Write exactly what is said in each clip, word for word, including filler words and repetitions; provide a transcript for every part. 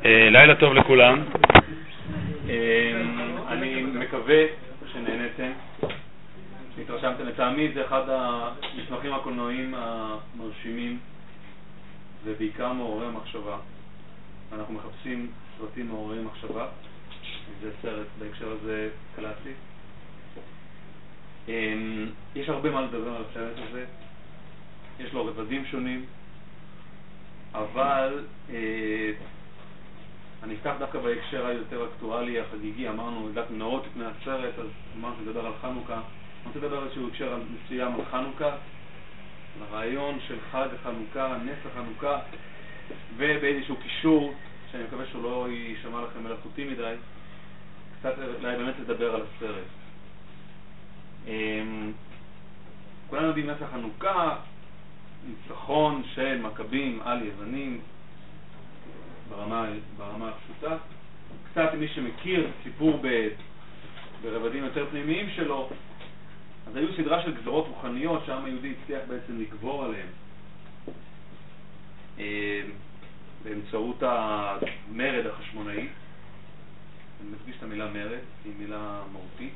לילה טוב לכולם. אני מקווה שנהנתם, שהתרשמתם. לטעמי זה אחד המסמכים הקולנועיים המרשימים ובעיקר מעוררי מחשבה. אנחנו מחפשים סרטים מעוררי מחשבה, זה סרט בהקשר הזה קלאסי. יש הרבה מה לדבר על הסרט הזה, יש לו רבדים שונים, אבל אני אפתח דווקא בהקשר היותר אקטואלי, החגיגי. אמרנו, הדלקנו נרות לפני הסרט, אז אמרנו לדבר על חנוכה. אני רוצה לדבר על איזשהו הקשר מסוים על חנוכה, הרעיון של חג החנוכה, נס החנוכה, ובאיזשהו קישור, שאני מקווה שהוא לא יישמע לכם מלאכותי מדי, קצת אולי באמת לדבר על הסרט. כולנו יודעים נס החנוכה, ניצחון של מכבים על יוונים, ברמה, ברמה הפשוטה. קצת מי שמכיר סיפור ב, ברבדים יותר פנימיים שלו, אז היו סדרה של גזרות רוחניות שהעם היהודי הצליח בעצם לגבור עליהם אה, באמצעות המרד החשמונאי. אני מדגיש את המילה מרד, היא מילה מהותית.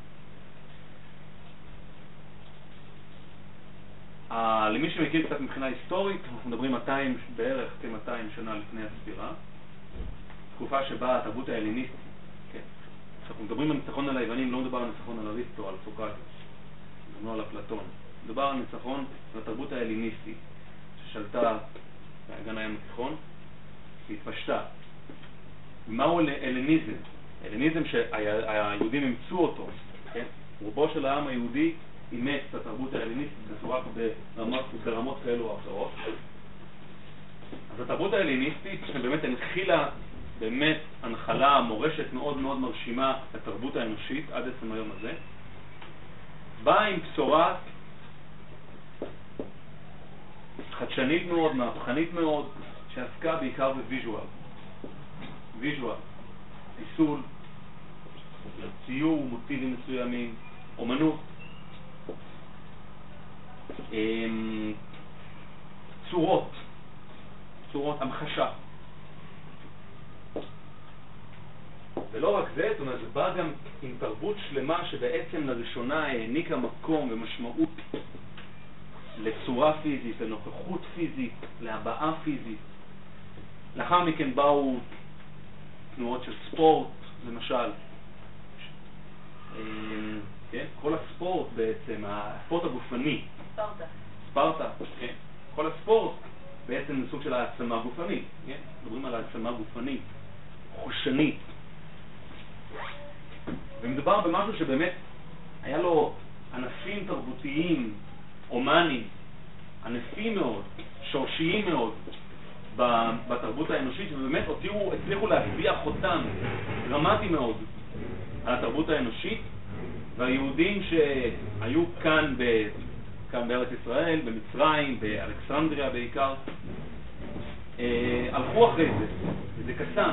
Uh, למי שמכיר קצת מבחינה היסטורית, אנחנו מדברים מאתיים, בערך כ-מאתיים שנה לפני הספירה, תקופה שבה התרבות ההלניסטית, כן. כשאנחנו מדברים על ניצחון על היוונים, לא מדובר על ניצחון על אריסטו, על סוקרטס, גם לא על אפלטון. מדובר על ניצחון על התרבות ההלניסטית, ששלטה באגן הים התיכון, והתפשטה. ומהו הלניזם? הלניזם שהיהודים המצאו אותו, כן? רובו של העם היהודי אימץ את התרבות ההלניסטית בצורה ברמות, ברמות כאלו או אחרות. אז התרבות ההלניסטית שבאמת הנחילה באמת הנחלה, מורשת מאוד מאוד מרשימה לתרבות האנושית עד עצם היום הזה, באה עם בשורה חדשנית מאוד, מהפכנית מאוד, שעסקה בעיקר בוויז'ואל. ויז'ואל, פיסול, ציור מוטיבים מסוימים, אומנות, צורות, צורות המחשה. ולא רק זה, זאת אומרת, זה בא גם עם תרבות שלמה שבעצם לראשונה העניקה מקום ומשמעות לצורה פיזית, לנוכחות פיזית, להבעה פיזית. לאחר מכן באו תנועות של ספורט, למשל. כן? כל הספורט בעצם, הספורט הגופני. ספרטה. ספרטה, כן. כל הספורט בעצם זה סוג של העצמה גופנית, כן? מדברים על העצמה גופנית, חושנית. ומדובר במשהו שבאמת היה לו ענפים תרבותיים, אומנים, ענפים מאוד, שורשיים מאוד בתרבות האנושית, ובאמת הותירו, הצליחו להטביע חותם דרמטי מאוד על התרבות האנושית, והיהודים שהיו כאן ב... כאן בארץ ישראל, במצרים, באלכסנדריה בעיקר, אה, הלכו אחרי זה, וזה קסם.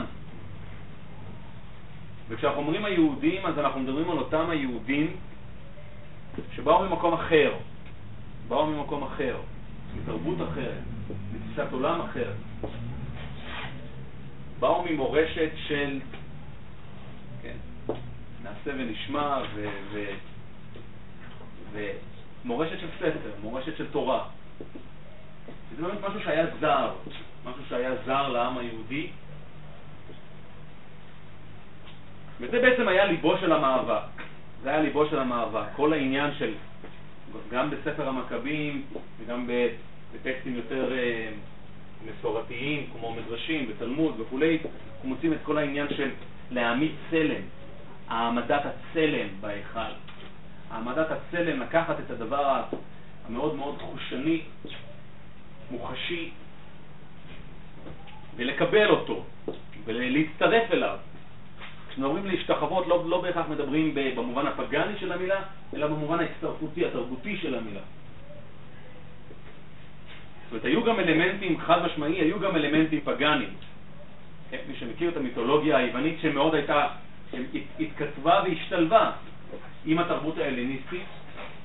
וכשאנחנו אומרים היהודים, אז אנחנו מדברים על אותם היהודים שבאו ממקום אחר, באו ממקום אחר, מתרבות אחרת, מתפיסת עולם אחרת. באו ממורשת של, כן, נעשה ונשמע ו... ו... ו... מורשת של ספר, מורשת של תורה. זה באמת משהו שהיה זר, משהו שהיה זר לעם היהודי. וזה בעצם היה ליבו של המאבק. זה היה ליבו של המאבק. כל העניין של, גם בספר המכבים וגם בטקסטים יותר uh, מסורתיים, כמו מדרשים, בתלמוד וכולי, אנחנו מוצאים את כל העניין של להעמיד צלם, העמדת הצלם בהיכל. העמדת הצלם, לקחת את הדבר המאוד מאוד חושני, מוחשי, ולקבל אותו, ולהצטרף אליו. כשמדברים להשתחוות, לא, לא בהכרח מדברים במובן הפגני של המילה, אלא במובן ההצטרפותי, התרבותי של המילה. זאת אומרת, היו גם אלמנטים, חד משמעי, היו גם אלמנטים פגניים. כן? מי שמכיר את המיתולוגיה היוונית שמאוד הייתה, התכתבה והשתלבה עם התרבות ההלניסטית,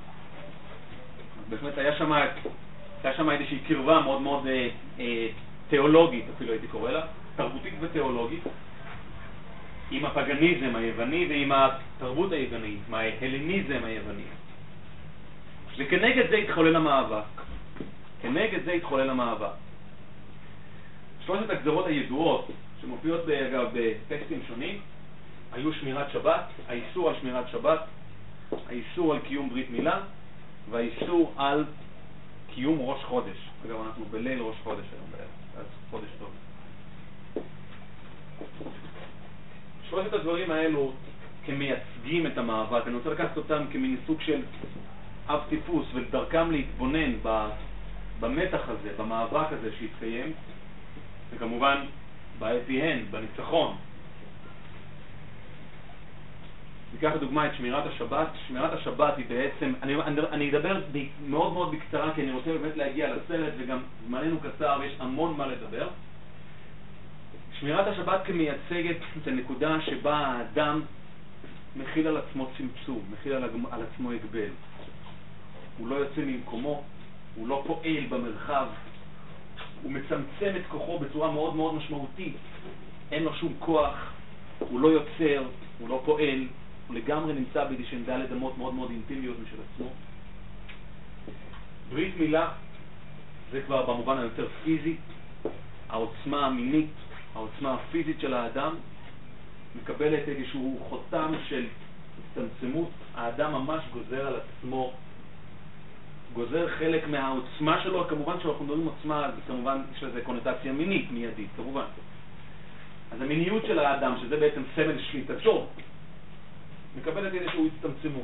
באמת היה שם, היה שם איזושהי קרבה מאוד מאוד אה, אה, תיאולוגית, אפילו הייתי קורא לה, תרבותית ותיאולוגית, עם הפגניזם היווני ועם התרבות היוונית, עם ההלניזם היווני. וכנגד זה התחולל המאבק. כנגד זה התחולל המאבק. שלושת הגזרות הידועות, שמופיעות אגב בטקסטים שונים, היו שמירת שבת, האיסור על שמירת שבת, האיסור על קיום ברית מילה, והאיסור על קיום ראש חודש. אגב, אנחנו בליל ראש חודש היום בערב, אז חודש טוב. שלושת הדברים האלו כמייצגים את המאבק, אני רוצה לקחת אותם כמין סוג של אב טיפוס ולדרכם להתבונן במתח הזה, במאבק הזה שהתקיים, וכמובן באפיהן, בניצחון. ניקח לדוגמה את שמירת השבת. שמירת השבת היא בעצם, אני, אני, אני אדבר מאוד מאוד בקצרה כי אני רוצה באמת להגיע לסרט וגם זמננו קצר ויש המון מה לדבר. שמירת השבת כמייצגת את הנקודה שבה האדם מכיל על עצמו צמצום, מכיל על, על עצמו הגבל. הוא לא יוצא ממקומו, הוא לא פועל במרחב, הוא מצמצם את כוחו בצורה מאוד מאוד משמעותית, אין לו שום כוח, הוא לא יוצר, הוא לא פועל, הוא לגמרי נמצא באיזשהן דלת אמות מאוד מאוד אינטימיות משל עצמו. ברית מילה זה כבר במובן היותר פיזי, העוצמה המינית, העוצמה הפיזית של האדם מקבלת איזשהו חותם של הצטמצמות. האדם ממש גוזר על עצמו, גוזר חלק מהעוצמה שלו. כמובן שאנחנו מדברים עוצמה, אז כמובן יש לזה קונוטציה מינית מיידית, כמובן. אז המיניות של האדם, שזה בעצם סמל שליטתו, מקבלת איזשהו הצטמצמות.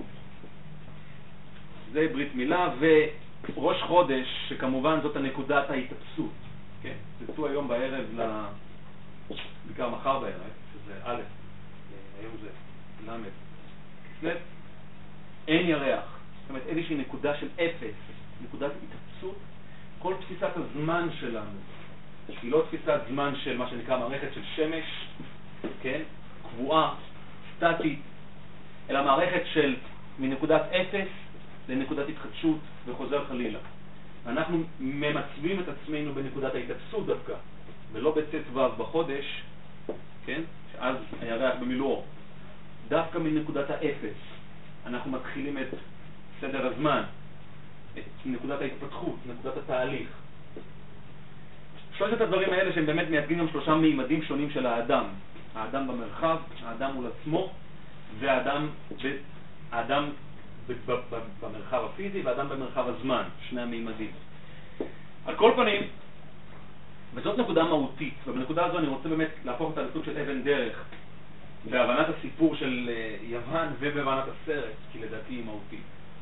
זה ברית מילה. וראש חודש, שכמובן זאת הנקודת ההתאפסות. כן? תצאו היום בערב, בעיקר מחר בערב, שזה א', היום זה למד, כסלו, אין ירח. זאת אומרת, איזושהי נקודה של אפס, נקודת התאפסות. כל תפיסת הזמן שלנו היא לא תפיסת זמן של מה שנקרא מערכת של שמש, כן? קבועה, סטטית, אלא מערכת של מנקודת אפס לנקודת התחדשות וחוזר חלילה. אנחנו ממצבים את עצמנו בנקודת ההתאפסות דווקא, ולא בצאת ו' בחודש, כן? שאז הירח במילואו. דווקא מנקודת האפס אנחנו מתחילים את סדר הזמן, את נקודת ההתפתחות, נקודת התהליך. שלושת הדברים האלה שהם באמת מייצגים גם שלושה מימדים שונים של האדם. האדם במרחב, האדם מול עצמו, והאדם האדם במרחב הפיזי והאדם במרחב הזמן, שני המימדים. על כל פנים, וזאת נקודה מהותית, ובנקודה הזו אני רוצה באמת להפוך אותה לסוג של אבן דרך בהבנת הסיפור של יוון ובהבנת הסרט, כי לדעתי היא מהותית.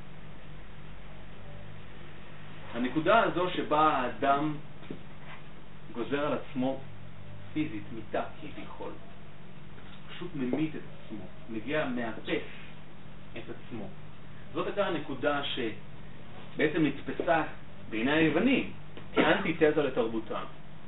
הנקודה הזו שבה האדם גוזר על עצמו פיזית, מיטה כביכול, פשוט ממית את עצמו, מגיע מאפס את עצמו. זאת הייתה הנקודה שבעצם נתפסה בעיני היוונים כאנטיתזה לתרבותם.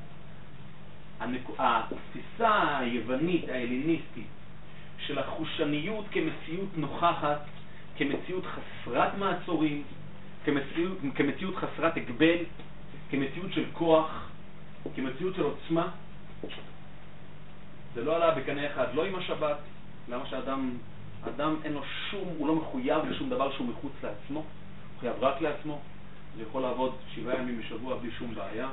התפיסה היוונית, ההלניסטית, של החושניות כמציאות נוכחת, כמציאות חסרת מעצורים, כמציאות, כמציאות חסרת הגבל, כמציאות של כוח, כמציאות של עוצמה, זה לא עלה בקנה אחד, לא עם השבת. למה שאדם, אדם אין לו שום, הוא לא מחויב לשום דבר שהוא מחוץ לעצמו, הוא חייב רק לעצמו, זה יכול לעבוד שבעה ימים בשבוע בלי שום בעיה.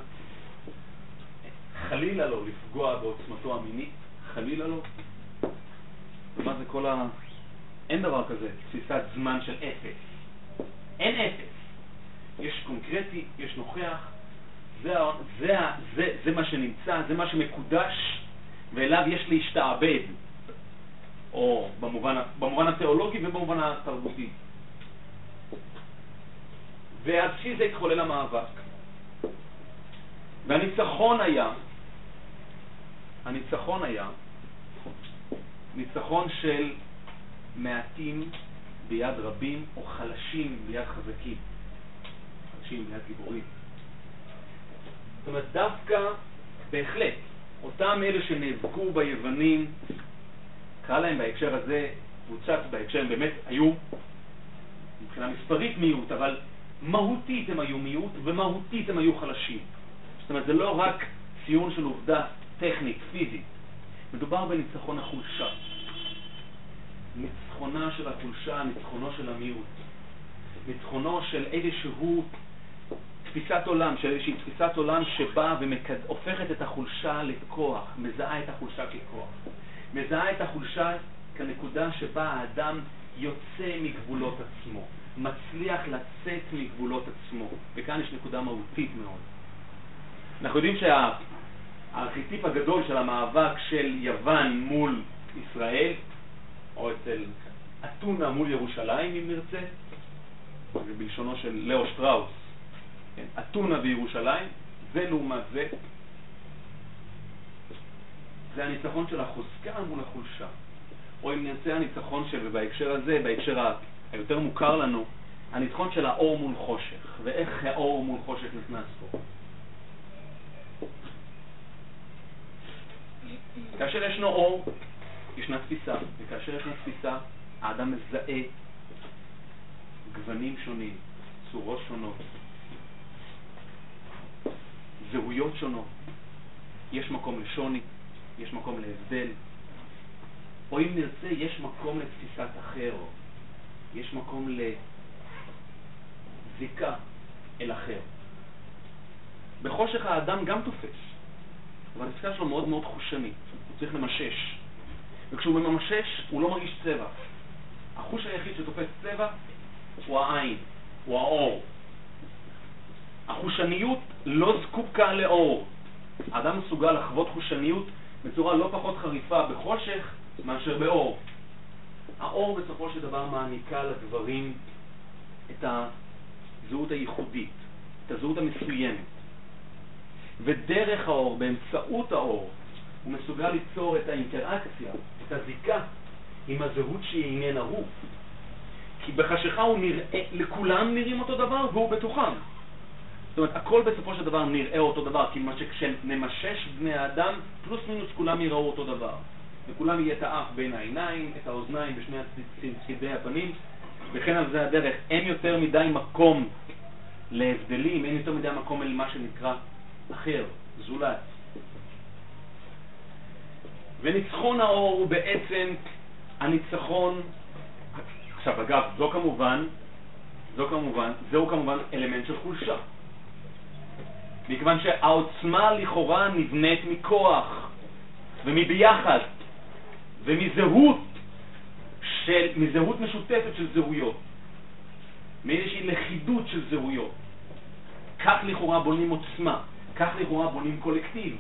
חלילה לו לפגוע בעוצמתו המינית, חלילה לו. ומה זה כל ה... אין דבר כזה, תפיסת זמן של אפס. אין אפס. יש קונקרטי, יש נוכח, זה, זה, זה, זה מה שנמצא, זה מה שמקודש, ואליו יש להשתעבד, או במובן, במובן התיאולוגי ובמובן התרבותי. ועד שזה התחולל המאבק. והניצחון היה, הניצחון היה, ניצחון של מעטים ביד רבים, או חלשים ביד חזקים. חלשים ביד גיבורים. זאת אומרת, דווקא, בהחלט, אותם אלה שנאבקו ביוונים, קרא להם בהקשר הזה, קבוצת בהקשר, הם באמת היו, מבחינה מספרית מיעוט, אבל מהותית הם היו מיעוט, ומהותית הם היו חלשים. זאת אומרת, זה לא רק ציון של עובדה טכנית, פיזית. מדובר בניצחון החולשה. ניצחונה של החולשה, ניצחונו של המיעוט. ניצחונו של איזשהו תפיסת עולם, של איזושהי תפיסת עולם שבאה והופכת את החולשה לכוח, מזהה את החולשה ככוח. מזהה את החולשה כנקודה שבה האדם יוצא מגבולות עצמו, מצליח לצאת מגבולות עצמו. וכאן יש נקודה מהותית מאוד. אנחנו יודעים שהארכיטיפ הגדול של המאבק של יוון מול ישראל, או אצל אתונה מול ירושלים, אם נרצה, זה בלשונו של לאו שטראוס, כן? אתונה וירושלים, זה לעומת זה, זה הניצחון של החוזקה מול החולשה. או אם נרצה הניצחון של, ובהקשר הזה, בהקשר היותר מוכר לנו, הניצחון של האור מול חושך. ואיך האור מול חושך נכנס פה? כאשר ישנו אור, ישנה תפיסה, וכאשר ישנה תפיסה, האדם מזהה גוונים שונים, צורות שונות, זהויות שונות. יש מקום לשוני, יש מקום להבדל, או אם נרצה, יש מקום לתפיסת אחר, יש מקום לזיקה אל אחר. בחושך האדם גם תופס, אבל התפיסה שלו מאוד מאוד חושנית, הוא צריך למשש. וכשהוא ממשש, הוא לא מרגיש צבע. החוש היחיד שתופס צבע הוא העין, הוא האור. החושניות לא זקוקה לאור. האדם מסוגל לחוות חושניות בצורה לא פחות חריפה בחושך מאשר באור. האור בסופו של דבר מעניקה לדברים את הזהות הייחודית, את הזהות המסוימת. ודרך האור, באמצעות האור, הוא מסוגל ליצור את האינטראקציה, את הזיקה עם הזהות שהיא איננה הוא. כי בחשיכה הוא נראה, לכולם נראים אותו דבר והוא בתוכם. זאת אומרת, הכל בסופו של דבר נראה אותו דבר, כי כשנמשש בני האדם, פלוס מינוס כולם יראו אותו דבר. וכולם יהיה את האף בין העיניים, את האוזניים בשני צידי הפנים, וכן על זה הדרך. אין יותר מדי מקום להבדלים, אין יותר מדי מקום אל מה שנקרא אחר, זולת. וניצחון האור הוא בעצם הניצחון. עכשיו אגב, זו כמובן, זו כמובן, זהו כמובן אלמנט של חולשה. מכיוון שהעוצמה לכאורה נבנית מכוח ומביחד ומזהות של, מזהות משותפת של זהויות, מאיזושהי לכידות של זהויות. כך לכאורה בונים עוצמה, כך לכאורה בונים קולקטיב.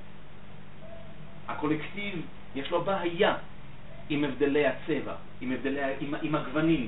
הקולקטיב יש לו בעיה עם הבדלי הצבע, עם הבדלי, עם, עם הגוונים.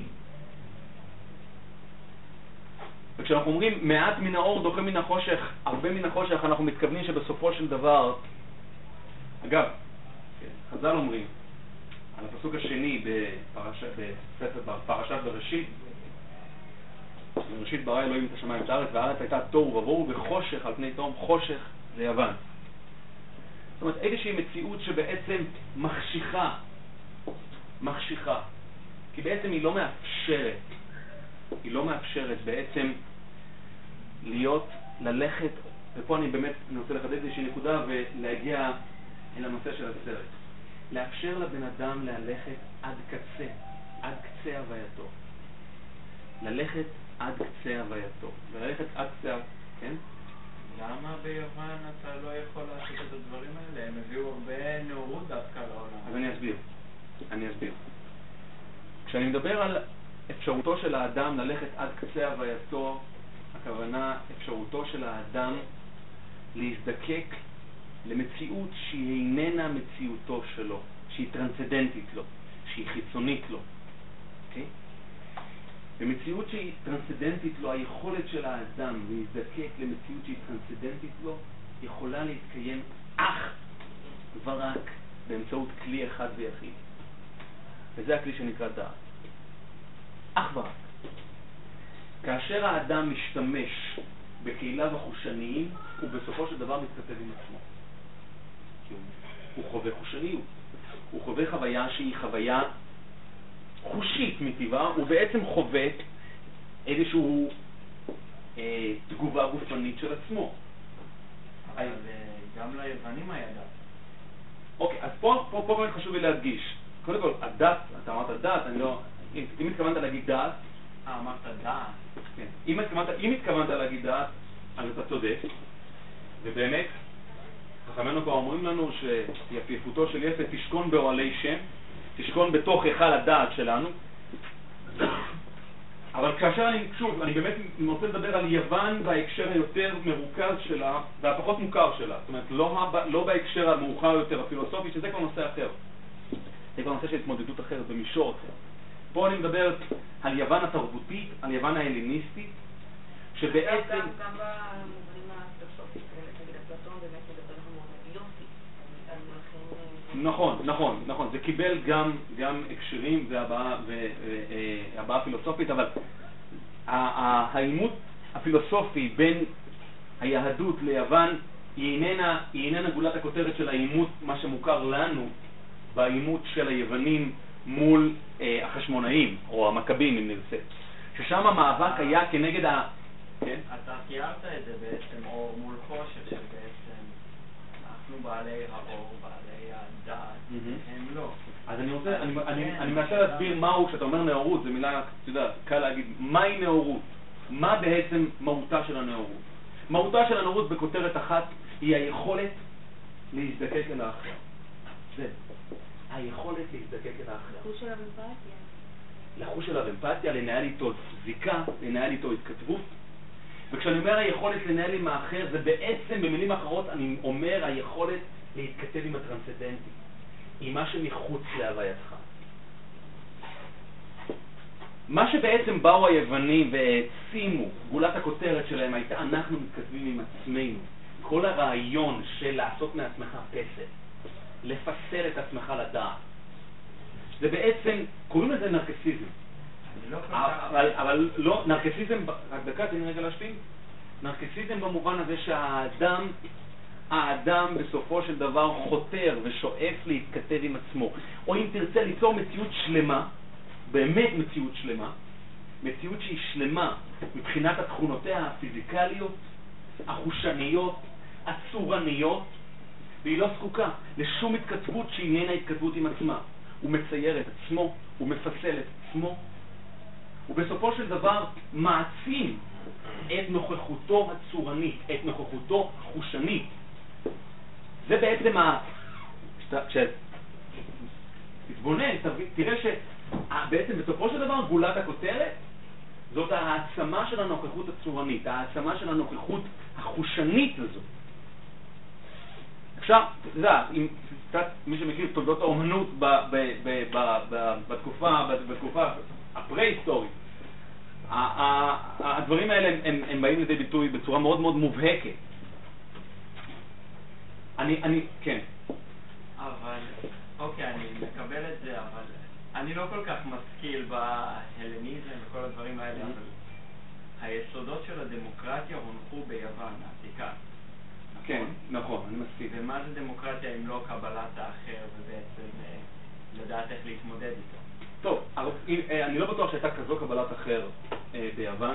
וכשאנחנו אומרים מעט מן האור דוחה מן החושך, הרבה מן החושך, אנחנו מתכוונים שבסופו של דבר, אגב, חז"ל אומרים על הפסוק השני בפרשת, בפרשת בראשית, בראשית ברא אלוהים את השמיים ואת הארץ, והארץ הייתה תוהו ובוהו וחושך על פני תהום. חושך זה יוון. זאת אומרת, איזושהי מציאות שבעצם מחשיכה, מחשיכה, כי בעצם היא לא מאפשרת, היא לא מאפשרת בעצם להיות, ללכת, ופה אני באמת רוצה לחדד איזושהי נקודה ולהגיע אל הנושא של הסרט. לאפשר לבן אדם ללכת עד קצה, עד קצה הווייתו. ללכת עד קצה הווייתו. וללכת עד קצה, כן? למה ביוון אתה לא יכול לעשות את הדברים האלה? הם הביאו הרבה נאורות דווקא לעולם. אז אני אסביר. אני אסביר. כשאני מדבר על אפשרותו של האדם ללכת עד קצה הווייתו, הכוונה אפשרותו של האדם להזדקק למציאות שהיא איננה מציאותו שלו, שהיא טרנסצנדנטית לו, שהיא חיצונית לו. אוקיי? במציאות שהיא טרנסצנדנטית לו, היכולת של האדם להזדקק למציאות שהיא טרנסצנדנטית לו יכולה להתקיים אך ורק באמצעות כלי אחד ויחיד. וזה הכלי שנקרא דעת. אך ורק. כאשר האדם משתמש בכליו החושניים, הוא בסופו של דבר מתכתב עם עצמו. הוא חווה חושניות. הוא חווה חוויה שהיא חוויה חושית מטבעה, הוא בעצם חווה איזשהו אה, תגובה גופנית של עצמו. אבל גם ליוונים היה דת. אוקיי, אז פה, פה, פה באמת חשוב לי להדגיש. קודם כל, הדת, אתה אמרת דת, אני לא... אם, אם התכוונת להגיד דת... אה, אמרת דת. כן. אם התכוונת, אם התכוונת להגיד דת, אז אתה צודק. ובאמת, חכמינו פה אומרים לנו שיפיפותו של יפה תשכון באוהלי שם, תשכון בתוך היכל הדעת שלנו. אבל כאשר אני, שוב, אני באמת רוצה לדבר על יוון בהקשר היותר מרוכז שלה והפחות מוכר שלה. זאת אומרת, לא, לא בהקשר המאוחר יותר הפילוסופי, שזה כבר נושא אחר. זה כבר נושא של התמודדות אחרת, במישור אחר. פה אני מדבר על יוון התרבותית, על יוון ההלניסטית, שבעצם... גם, גם במובנים הפילוסופיים, נגיד אפלטון באמת מדבר המון על יופי, על מלכים... נכון, נכון, נכון. זה קיבל גם, גם הקשרים והבעה, והבעה פילוסופית, אבל העימות הפילוסופי בין היהדות ליוון היא איננה, היא איננה גולת הכותרת של העימות, מה שמוכר לנו, בעימות של היוונים מול אה, החשמונאים, או המכבים אם נרצה. ששם המאבק היה כנגד ה... כן? אתה תיארת את זה בעצם אור מול חושך, שבעצם אנחנו בעלי האור, בעלי הדת, הם לא. אז אני רוצה, אני, אני, אני מנסה להסביר מהו, כשאתה אומר נאורות, זו מילה, אתה יודע, קל להגיד, מהי נאורות? מה בעצם מהותה של הנאורות? מהותה של הנאורות בכותרת אחת היא היכולת להזדקק אל האחר. זה, היכולת להזדקק אל האחר. לחוש של אמפתיה. לחוש של אמפתיה, לנהל איתו זיקה, לנהל איתו התכתבות. וכשאני אומר היכולת לנהל עם האחר, זה בעצם, במילים אחרות, אני אומר היכולת להתכתב עם הטרנסדנטי, עם מה שמחוץ להווייתך. מה שבעצם באו היוונים והעצימו, גולת הכותרת שלהם הייתה, אנחנו מתכתבים עם עצמנו. כל הרעיון של לעשות מעצמך פסל, לפסל את עצמך לדעת. זה בעצם, קוראים לזה נרקסיזם. אבל, אבל לא, נרקסיזם, רק דקה, תני רגע להשפיע. נרקסיזם במובן הזה שהאדם, האדם בסופו של דבר חותר ושואף להתכתב עם עצמו. או אם תרצה ליצור מציאות שלמה, באמת מציאות שלמה, מציאות שהיא שלמה מבחינת התכונותיה הפיזיקליות, החושניות, הצורניות, והיא לא זקוקה לשום התכתבות שהיא איננה התכתבות עם עצמה. הוא מצייר את עצמו, הוא מפסל את עצמו, ובסופו של דבר מעצים את נוכחותו הצורנית, את נוכחותו החושנית. זה בעצם ה... כשתתבונן, תראה שבעצם בסופו של דבר גולת הכותרת זאת העצמה של הנוכחות הצורנית, העצמה של הנוכחות החושנית הזו. עכשיו, אתה יודע, אם קצת מי שמכיר תולדות האומנות בתקופה, בתקופה הפרה-היסטורית, הדברים האלה הם, הם באים לידי ביטוי בצורה מאוד מאוד מובהקת. אני, אני, כן. אבל, אוקיי, אני מקבל את זה, אבל אני לא כל כך משכיל בהלניזם וכל הדברים האלה, אבל היסודות של הדמוקרטיה הונחו ביוון, העתיקה. כן, נכון, אני מסכים. ומה זה דמוקרטיה אם לא קבלת האחר ובעצם לדעת איך להתמודד איתו? טוב, אני לא בטוח שהייתה כזו קבלת אחר ביוון.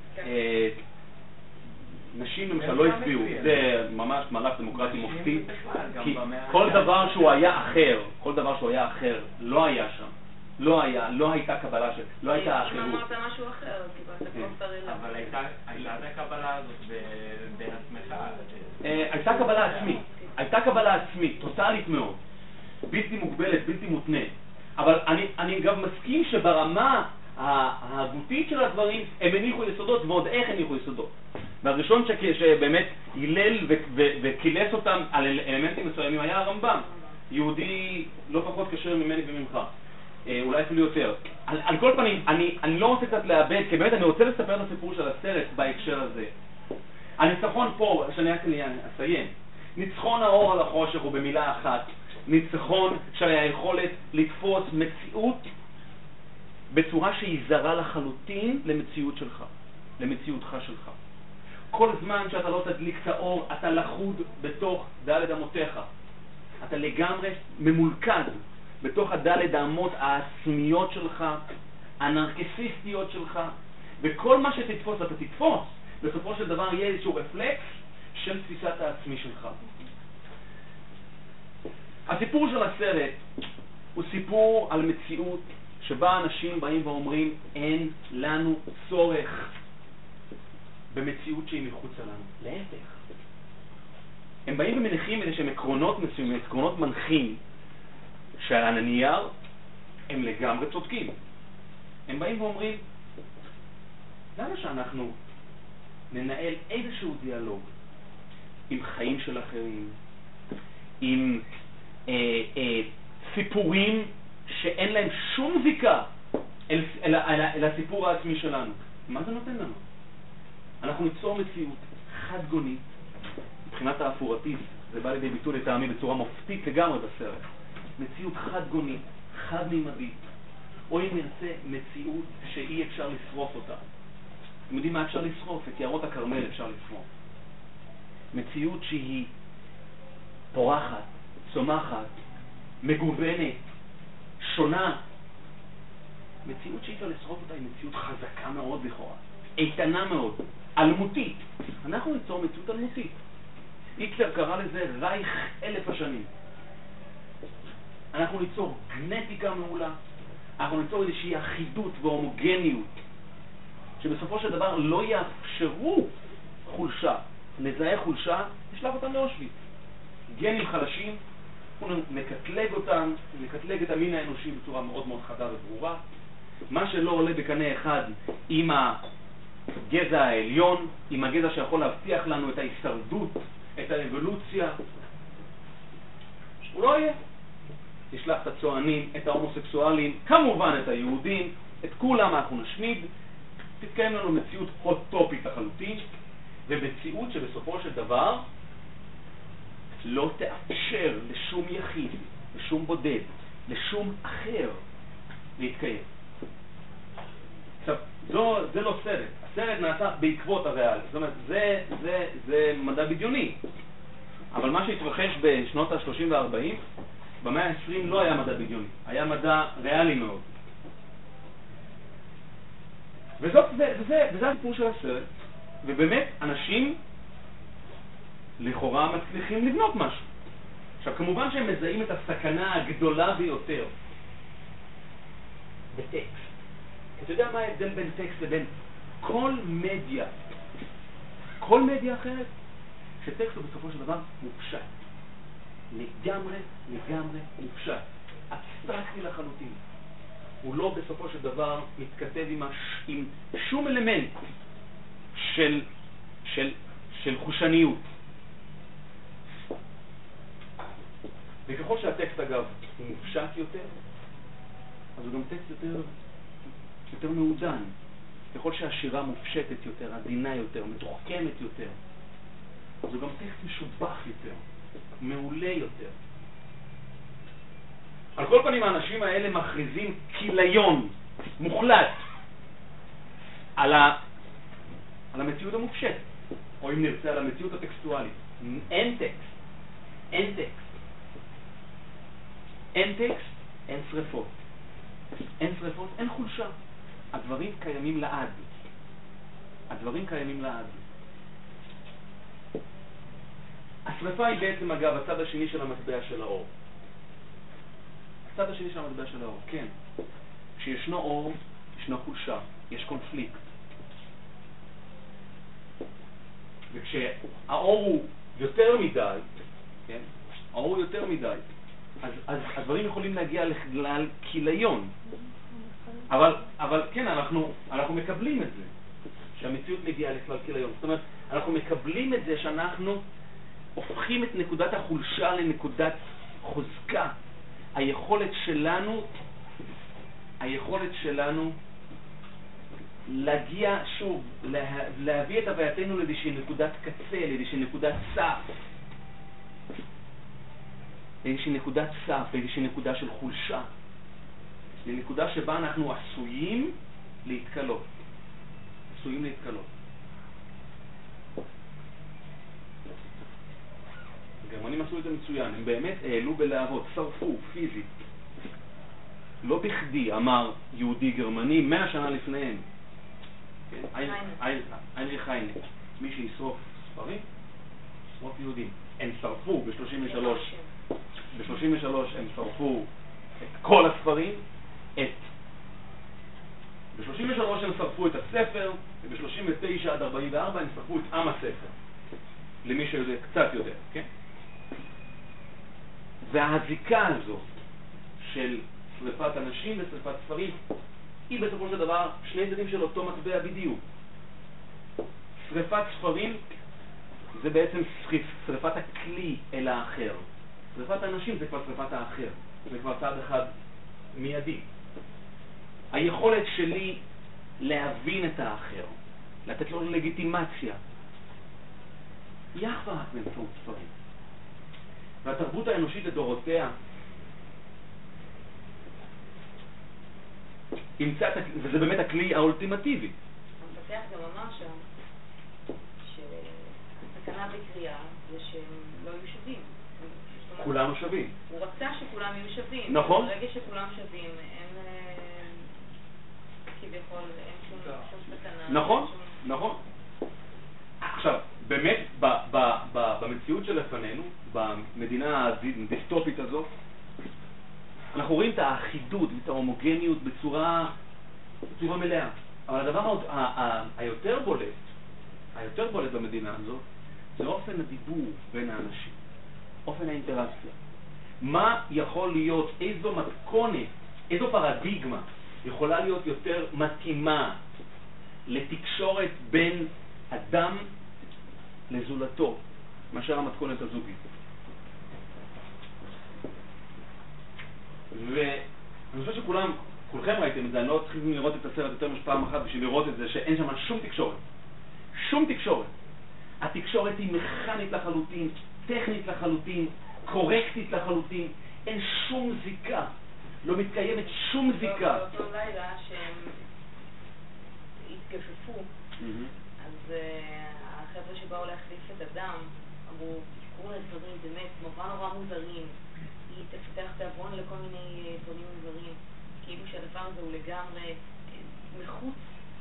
נשים למשל לא הצביעו, זה ממש מהלך דמוקרטי מופתי, כי כל דבר שהוא היה אחר, כל דבר שהוא היה אחר, לא היה שם. לא היה, לא הייתה קבלה של, לא הייתה אחרות. אם אמרת משהו אחר, קיבלת כבר פרילה. אבל הייתה את הקבלה הזאת בין עצמך. הייתה קבלה עצמית, הייתה קבלה עצמית, טוטלית מאוד, בלתי מוגבלת, בלתי מותנית. אבל אני, אני גם מסכים שברמה ההגותית של הדברים הם הניחו יסודות, ועוד איך הניחו יסודות. והראשון שבאמת הילל וקילס אותם על אלמנטים מסוימים היה הרמב"ם, יהודי לא פחות קשר ממני וממך. אולי אפילו יותר. על, על כל פנים, אני, אני לא רוצה קצת לאבד, כי באמת אני רוצה לספר את הסיפור של הסרט בהקשר הזה. הניצחון פה, שאני רק אסיים, ניצחון האור על החושך הוא במילה אחת, ניצחון של היכולת לתפוס מציאות בצורה שהיא זרה לחלוטין למציאות שלך, למציאותך שלך. כל זמן שאתה לא תדליק את האור, אתה לחוד בתוך דלת אמותיך. אתה לגמרי ממולכד בתוך הדלת האמות העצמיות שלך, הנרקסיסטיות שלך, וכל מה שתתפוס, אתה תתפוס, בסופו של דבר יהיה איזשהו רפלקס של תפיסת העצמי שלך. הסיפור של הסרט הוא סיפור על מציאות שבה אנשים באים ואומרים אין לנו צורך במציאות שהיא מחוצה לנו. להפך. הם באים ומניחים איזה שהם עקרונות מסוימים, עקרונות מנחים שעל הנייר הם לגמרי צודקים. הם באים ואומרים למה שאנחנו ננהל איזשהו דיאלוג עם חיים של אחרים, עם אה, אה, סיפורים שאין להם שום זיקה אל, אל, אל, אל הסיפור העצמי שלנו. מה זה נותן לנו? אנחנו ניצור מציאות חד גונית מבחינת האפורטיזם, זה בא לידי ביטוי לטעמי בצורה מופתית לגמרי בסרט. מציאות חד גונית, חד מימדית, או אם נרצה מציאות שאי אפשר לשרוף אותה. אתם יודעים מה אפשר לשרוף? את יערות הכרמל אפשר לשרוף. מציאות שהיא פורחת, צומחת, מגוונת, שונה. מציאות שאי אפשר לשרוף אותה היא מציאות חזקה מאוד לכאורה, איתנה מאוד, אלמותית. אנחנו ניצור מציאות אלמותית. היטלר קרא לזה רייך אלף השנים. אנחנו ניצור גנטיקה מעולה, אנחנו ניצור איזושהי אחידות והומוגניות שבסופו של דבר לא יאפשרו חולשה. נזהה חולשה, נשלח אותם לאושוויץ. גנים חלשים, אנחנו נקטלג אותם, נקטלג את המין האנושי בצורה מאוד מאוד חדה וברורה. מה שלא עולה בקנה אחד עם הגזע העליון, עם הגזע שיכול להבטיח לנו את ההישרדות, את האבולוציה, הוא לא יהיה. נשלח את הצוענים, את ההומוסקסואלים, כמובן את היהודים, את כולם אנחנו נשמיד. תתקיים לנו מציאות אוטופית לחלוטין, ומציאות שבסופו של דבר לא תאפשר לשום יחיד, לשום בודד, לשום אחר להתקיים. עכשיו, זו, זה לא סרט. הסרט נעשה בעקבות הריאל. זאת אומרת, זה, זה, זה מדע בדיוני. אבל מה שהתרחש בשנות ה-שלושים וה-ארבעים, במאה ה-עשרים לא היה מדע בדיוני. היה מדע ריאלי מאוד. וזאת, וזה, וזה, וזה הסיפור של הסרט. ובאמת, אנשים לכאורה מצליחים לבנות משהו. עכשיו, כמובן שהם מזהים את הסכנה הגדולה ביותר בטקסט. אתה יודע מה ההבדל בין טקסט לבין כל מדיה, כל מדיה אחרת? שטקסט הוא בסופו של דבר מופשט. לגמרי, לגמרי מופשט. אבסטרקטי לחלוטין. הוא לא בסופו של דבר מתכתב עם, הש... עם שום אלמנט של, של, של חושניות. וככל שהטקסט אגב הוא מופשט יותר, אז הוא גם טקסט יותר, יותר מעודן. ככל שהשירה מופשטת יותר, עדינה יותר, מתוחכמת יותר, אז הוא גם טקסט משובח יותר, מעולה יותר. על כל פנים האנשים האלה מכריזים כיליון מוחלט על, ה... על המציאות המופשטת, או אם נרצה על המציאות הטקסטואלית. אין טקסט, אין טקסט. אין טקסט, אין שריפות. אין שריפות, אין חולשה. הדברים קיימים לעד. הדברים קיימים לעד. השריפה היא בעצם אגב הצד השני של המטבע של האור. הצד השני של המטבע של האור, כן. כשישנו אור, ישנו חולשה, יש קונפליקט. וכשהאור הוא יותר מדי, כן? האור הוא יותר מדי, אז, אז הדברים יכולים להגיע לכלל כיליון. אבל, אבל כן, אנחנו, אנחנו מקבלים את זה, שהמציאות מגיעה לכלל כיליון. זאת אומרת, אנחנו מקבלים את זה שאנחנו הופכים את נקודת החולשה לנקודת חוזקה. היכולת שלנו, היכולת שלנו להגיע שוב, לה, להביא את הווייתנו לאיזושהי נקודת קצה, לאיזושהי נקודת סף, לאיזושהי נקודת סף, לאיזושהי נקודה של חולשה, לנקודה שבה אנחנו עשויים להתקלות. עשויים להתקלות. הגרמנים עשו את זה מצוין, הם באמת העלו בלהבות, שרפו פיזית. לא בכדי אמר יהודי גרמני מאה שנה לפניהם. היינריך היינה, מי שישרוף ספרים, ישרוף יהודים. הם שרפו ב-שלושים ושלוש ב-שלושים ושלוש הם שרפו את כל הספרים, את... ב-שלושים ושלוש הם שרפו את הספר, וב-שלושים ותשע עד ארבעים וארבע הם שרפו את עם הספר. למי שיודע, קצת יודע, כן? והזיקה הזו של שרפת אנשים ושרפת ספרים היא בסופו של דבר שני צדדים של אותו מטבע בדיוק. שרפת ספרים זה בעצם שרפת הכלי אל האחר. שרפת האנשים זה כבר שרפת האחר. זה כבר צעד אחד מיידי. היכולת שלי להבין את האחר, לתת לו לגיטימציה, היא אך ורק באמצעות ספרים. והתרבות האנושית לדורותיה ימצא, וזה באמת הכלי האולטימטיבי. המפתח גם אמר שם שהסכנה בקריאה זה שהם לא יהיו שווים. כולנו שווים. הוא רצה שכולם יהיו שווים. נכון. ברגע שכולם שווים, אין כביכול, אין שום סכנה. נכון, נכון. עכשיו, באמת, ב, ב, ב, במציאות שלפנינו, במדינה הדיסטופית הזו, אנחנו רואים את האחידות ואת ההומוגניות בצורה, בצורה מלאה. אבל הדבר ה, ה, ה, היותר בולט, היותר בולט במדינה הזו, זה אופן הדיבור בין האנשים, אופן האינטראקציה. מה יכול להיות, איזו מתכונת, איזו פרדיגמה יכולה להיות יותר מתאימה לתקשורת בין אדם לזולתו, מאשר המתכונת הזוגית. ואני חושב שכולם, כולכם ראיתם את זה, אני לא צריכים לראות את הסרט יותר משפעם אחת בשביל לראות את זה, שאין שם שום תקשורת. שום תקשורת. התקשורת היא מכנית לחלוטין, טכנית לחלוטין, קורקטית לחלוטין, אין שום זיקה, לא מתקיימת שום זיקה. באותו לילה שהם התגפפו, אז החבר'ה שבאו להחליף את אדם אמרו, תקראו לדברים באמת נורא נורא מוזרים, היא תפתח תיאבון לכל מיני דברים מוזרים, כאילו שהדבר הזה הוא לגמרי מחוץ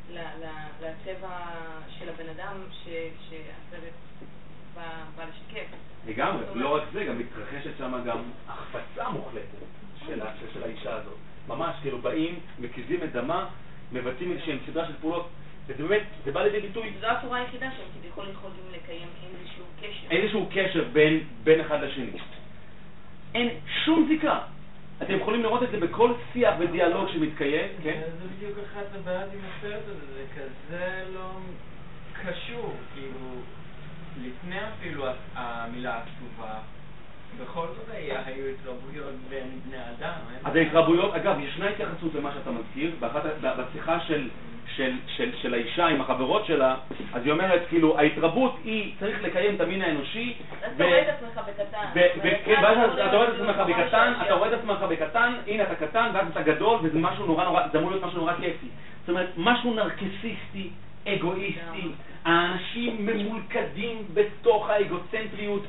לטבע של הבן אדם שהסרט בא לשקף. לגמרי, לא רק זה, גם מתרחשת שם גם החפצה מוחלטת של האישה הזאת. ממש, כאילו באים, מקיזים את דמה, מבצעים איזושהי סדרה של פעולות, וזה באמת, זה בא לידי ביטוי. זו הצורה היחידה שהם כביכול יכולים לקיים איזשהו קשר. איזשהו קשר בין, בין אחד לשני. אין שום זיקה. אתם יכולים לראות את זה בכל שיח ודיאלוג שמתקיים, כן? זה בדיוק אחת הבעיות עם הסרט הזה, זה כזה לא קשור, כאילו, לפני אפילו המילה הכתובה, בכל זאת היו התרבויות בין בני אדם. אז ההתרבויות, אגב, ישנה התייחסות למה שאתה מזכיר, בשיחה של, של, של, של האישה עם החברות שלה, אז היא אומרת, כאילו, ההתרבות היא צריך לקיים את המין האנושי. אתה רואה את עצמך בקטן. כן, ואז אתה רואה את עצמך בקטן, אתה רואה את עצמך בקטן, הנה אתה קטן, ואז אתה גדול, וזה משהו נורא נורא, זה אמור להיות משהו נורא כיפי. זאת אומרת, משהו נרקסיסטי, אגואיסטי, האנשים ממולכדים בתוך האגוצנטריות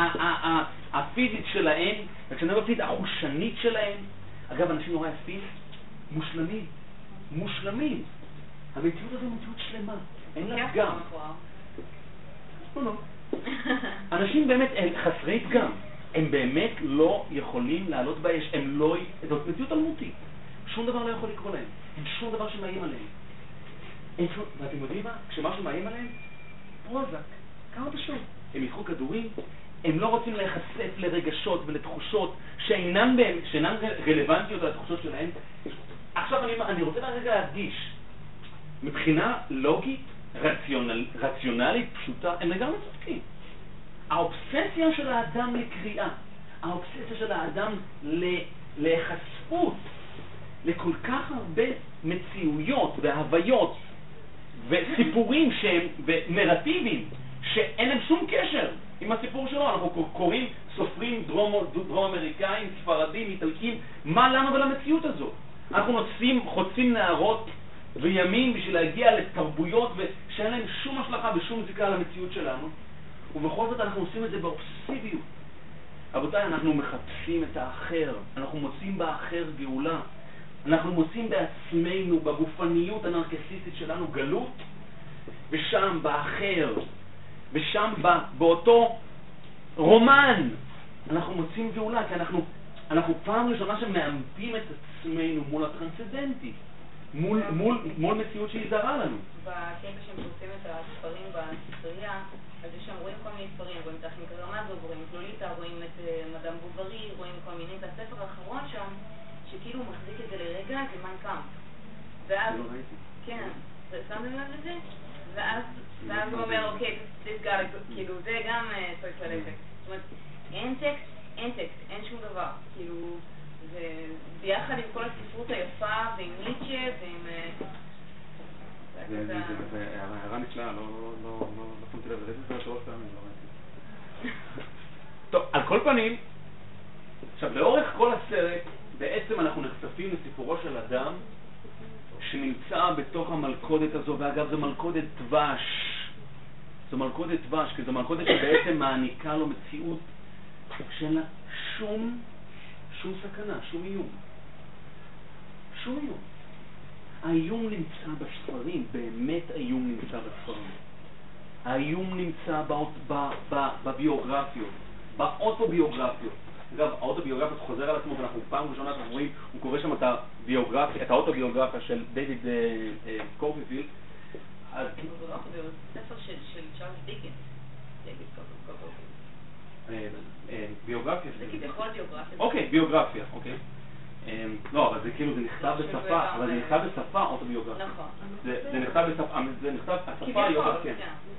הפיזית שלהם, וכשאני לא פיזית, החושנית שלהם. אגב, אנשים נורא יפים, מושלמים, מושלמים. המציאות הזו מציאות שלמה, אין לה פגם. לא, לא. אנשים באמת הם חסרי פגם, הם באמת לא יכולים לעלות באש, הם לא, זאת מציאות אלמותית. שום דבר לא יכול לקרוא להם, אין שום דבר שמאיים עליהם. אין שום, ואתם יודעים מה? כשמשהו מאיים עליהם, פרוזק, כמה פשוט. הם יקחו כדורים, הם לא רוצים להיחשף לרגשות ולתחושות שאינן בהם, שאינן רלוונטיות על התחושות שלהם. עכשיו אני, אני רוצה לרגע להדגיש, מבחינה לוגית, רציונל, רציונלית, פשוטה, הם לגמרי צודקים. האובססיה של האדם לקריאה, האובססיה של האדם להיחשפות, לכל כך הרבה מציאויות והוויות וסיפורים שהם ונרטיבים שאין להם שום קשר עם הסיפור שלו. אנחנו קוראים סופרים דרום, דרום אמריקאים, ספרדים, איטלקים, מה לנו ולמציאות הזו? אנחנו נוצאים, חוצים נערות וימים בשביל להגיע לתרבויות שאין להם שום השלכה ושום זיקה על המציאות שלנו, ובכל זאת אנחנו עושים את זה באובססיביות. רבותיי, אנחנו מחפשים את האחר, אנחנו מוצאים באחר גאולה, אנחנו מוצאים בעצמנו, בגופניות הנרקסיסטית שלנו גלות, ושם באחר, ושם בא, באותו רומן אנחנו מוצאים גאולה, כי אנחנו, אנחנו פעם ראשונה שמאמתים את עצמנו מול הטרנסצדנטי, מול, מול, מול מציאות שהיא זרה לנו. בקטע שהם פורסים את הספרים בספרייה, אז יש שם רואים כל מיני ספרים, רואים את האחים קרמזוב, רואים את לוליטה, רואים את מדאם בוברי, רואים כל מיני, את הספר האחרון שם, שכאילו הוא מחזיק את זה לרגע, זה מיין קאמפ. ואז, כן, שמתם לב לזה? ואז, ואז הוא אומר, אוקיי, this guy, כאילו, זה גם צריך ללכת. זאת אומרת, אין טקסט, אין טקסט, אין שום דבר. כאילו, זה ביחד עם כל הספרות היפה, ועם ניטשה, ועם... זה הערה נפלאה, לא שמתי לב, זה זה שלוש פעמים, לא ראיתי. טוב, על כל פנים, עכשיו, לאורך כל הסרט, בעצם אנחנו נחשפים לסיפורו של אדם שנמצא בתוך המלכודת הזו, ואגב, זו מלכודת דבש. זו מלכודת דבש, כי זו מלכודת שבעצם מעניקה לו מציאות שאין לה שום, שום סכנה, שום איום. שום איום. האיום נמצא בספרים, באמת האיום נמצא בספרים. האיום נמצא באות, ב, ב, בביוגרפיות, באוטוביוגרפיות. אגב, האוטוביוגרפיה חוזר על עצמו, ואנחנו פעם ראשונה אנחנו רואים, הוא קורא שם את הביוגרפיה, את האוטוביוגרפיה של דיוויד קורפילד. ספר של צ'ארלס דיקנס, דיוויד קורפילד. ביוגרפיה? זה כביכול ביוגרפיה. אוקיי, ביוגרפיה, אוקיי. לא, אבל זה כאילו, זה נכתב בשפה, אבל זה נכתב בשפה אוטוביוגרפיה. נכון. זה נכתב בשפה, זה נכתב, השפה היא אוטוביוגרפיה.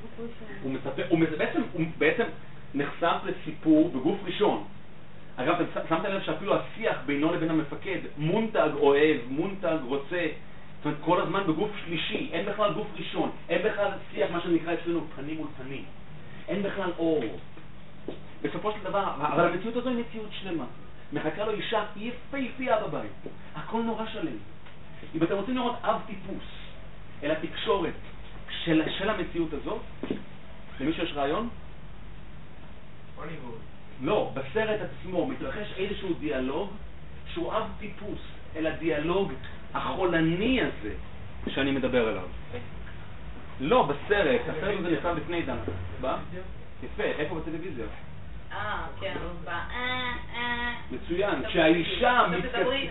הוא בעצם נחשף לסיפור בגוף ראשון. אגב, שמת לב שאפילו השיח בינו לבין המפקד, מונטג אוהב, מונטג רוצה, זאת אומרת, כל הזמן בגוף שלישי, אין בכלל גוף ראשון, אין בכלל שיח, מה שנקרא אצלנו, פנים מול פנים. אין בכלל אור. בסופו של דבר, אבל המציאות הזו היא מציאות שלמה. מחכה לו אישה יפהפייה בבית. הכל נורא שלם. אם אתם רוצים לראות אב טיפוס אל התקשורת של, של המציאות הזו, למישהו יש רעיון? הוליווד. לא, בסרט עצמו מתרחש איזשהו דיאלוג שהוא אב טיפוס אל הדיאלוג החולני הזה שאני מדבר עליו. לא, בסרט, הסרט הזה נכתב לפני דן. בא? יפה, איפה בטלוויזיה? אה, כן, בא, אה, אה. מצוין, כשהאישה מתקדמת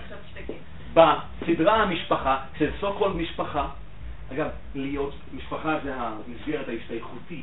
בסדרה המשפחה, שזה סו-קולד משפחה, אגב, להיות משפחה זה המסגרת ההשתייכותית.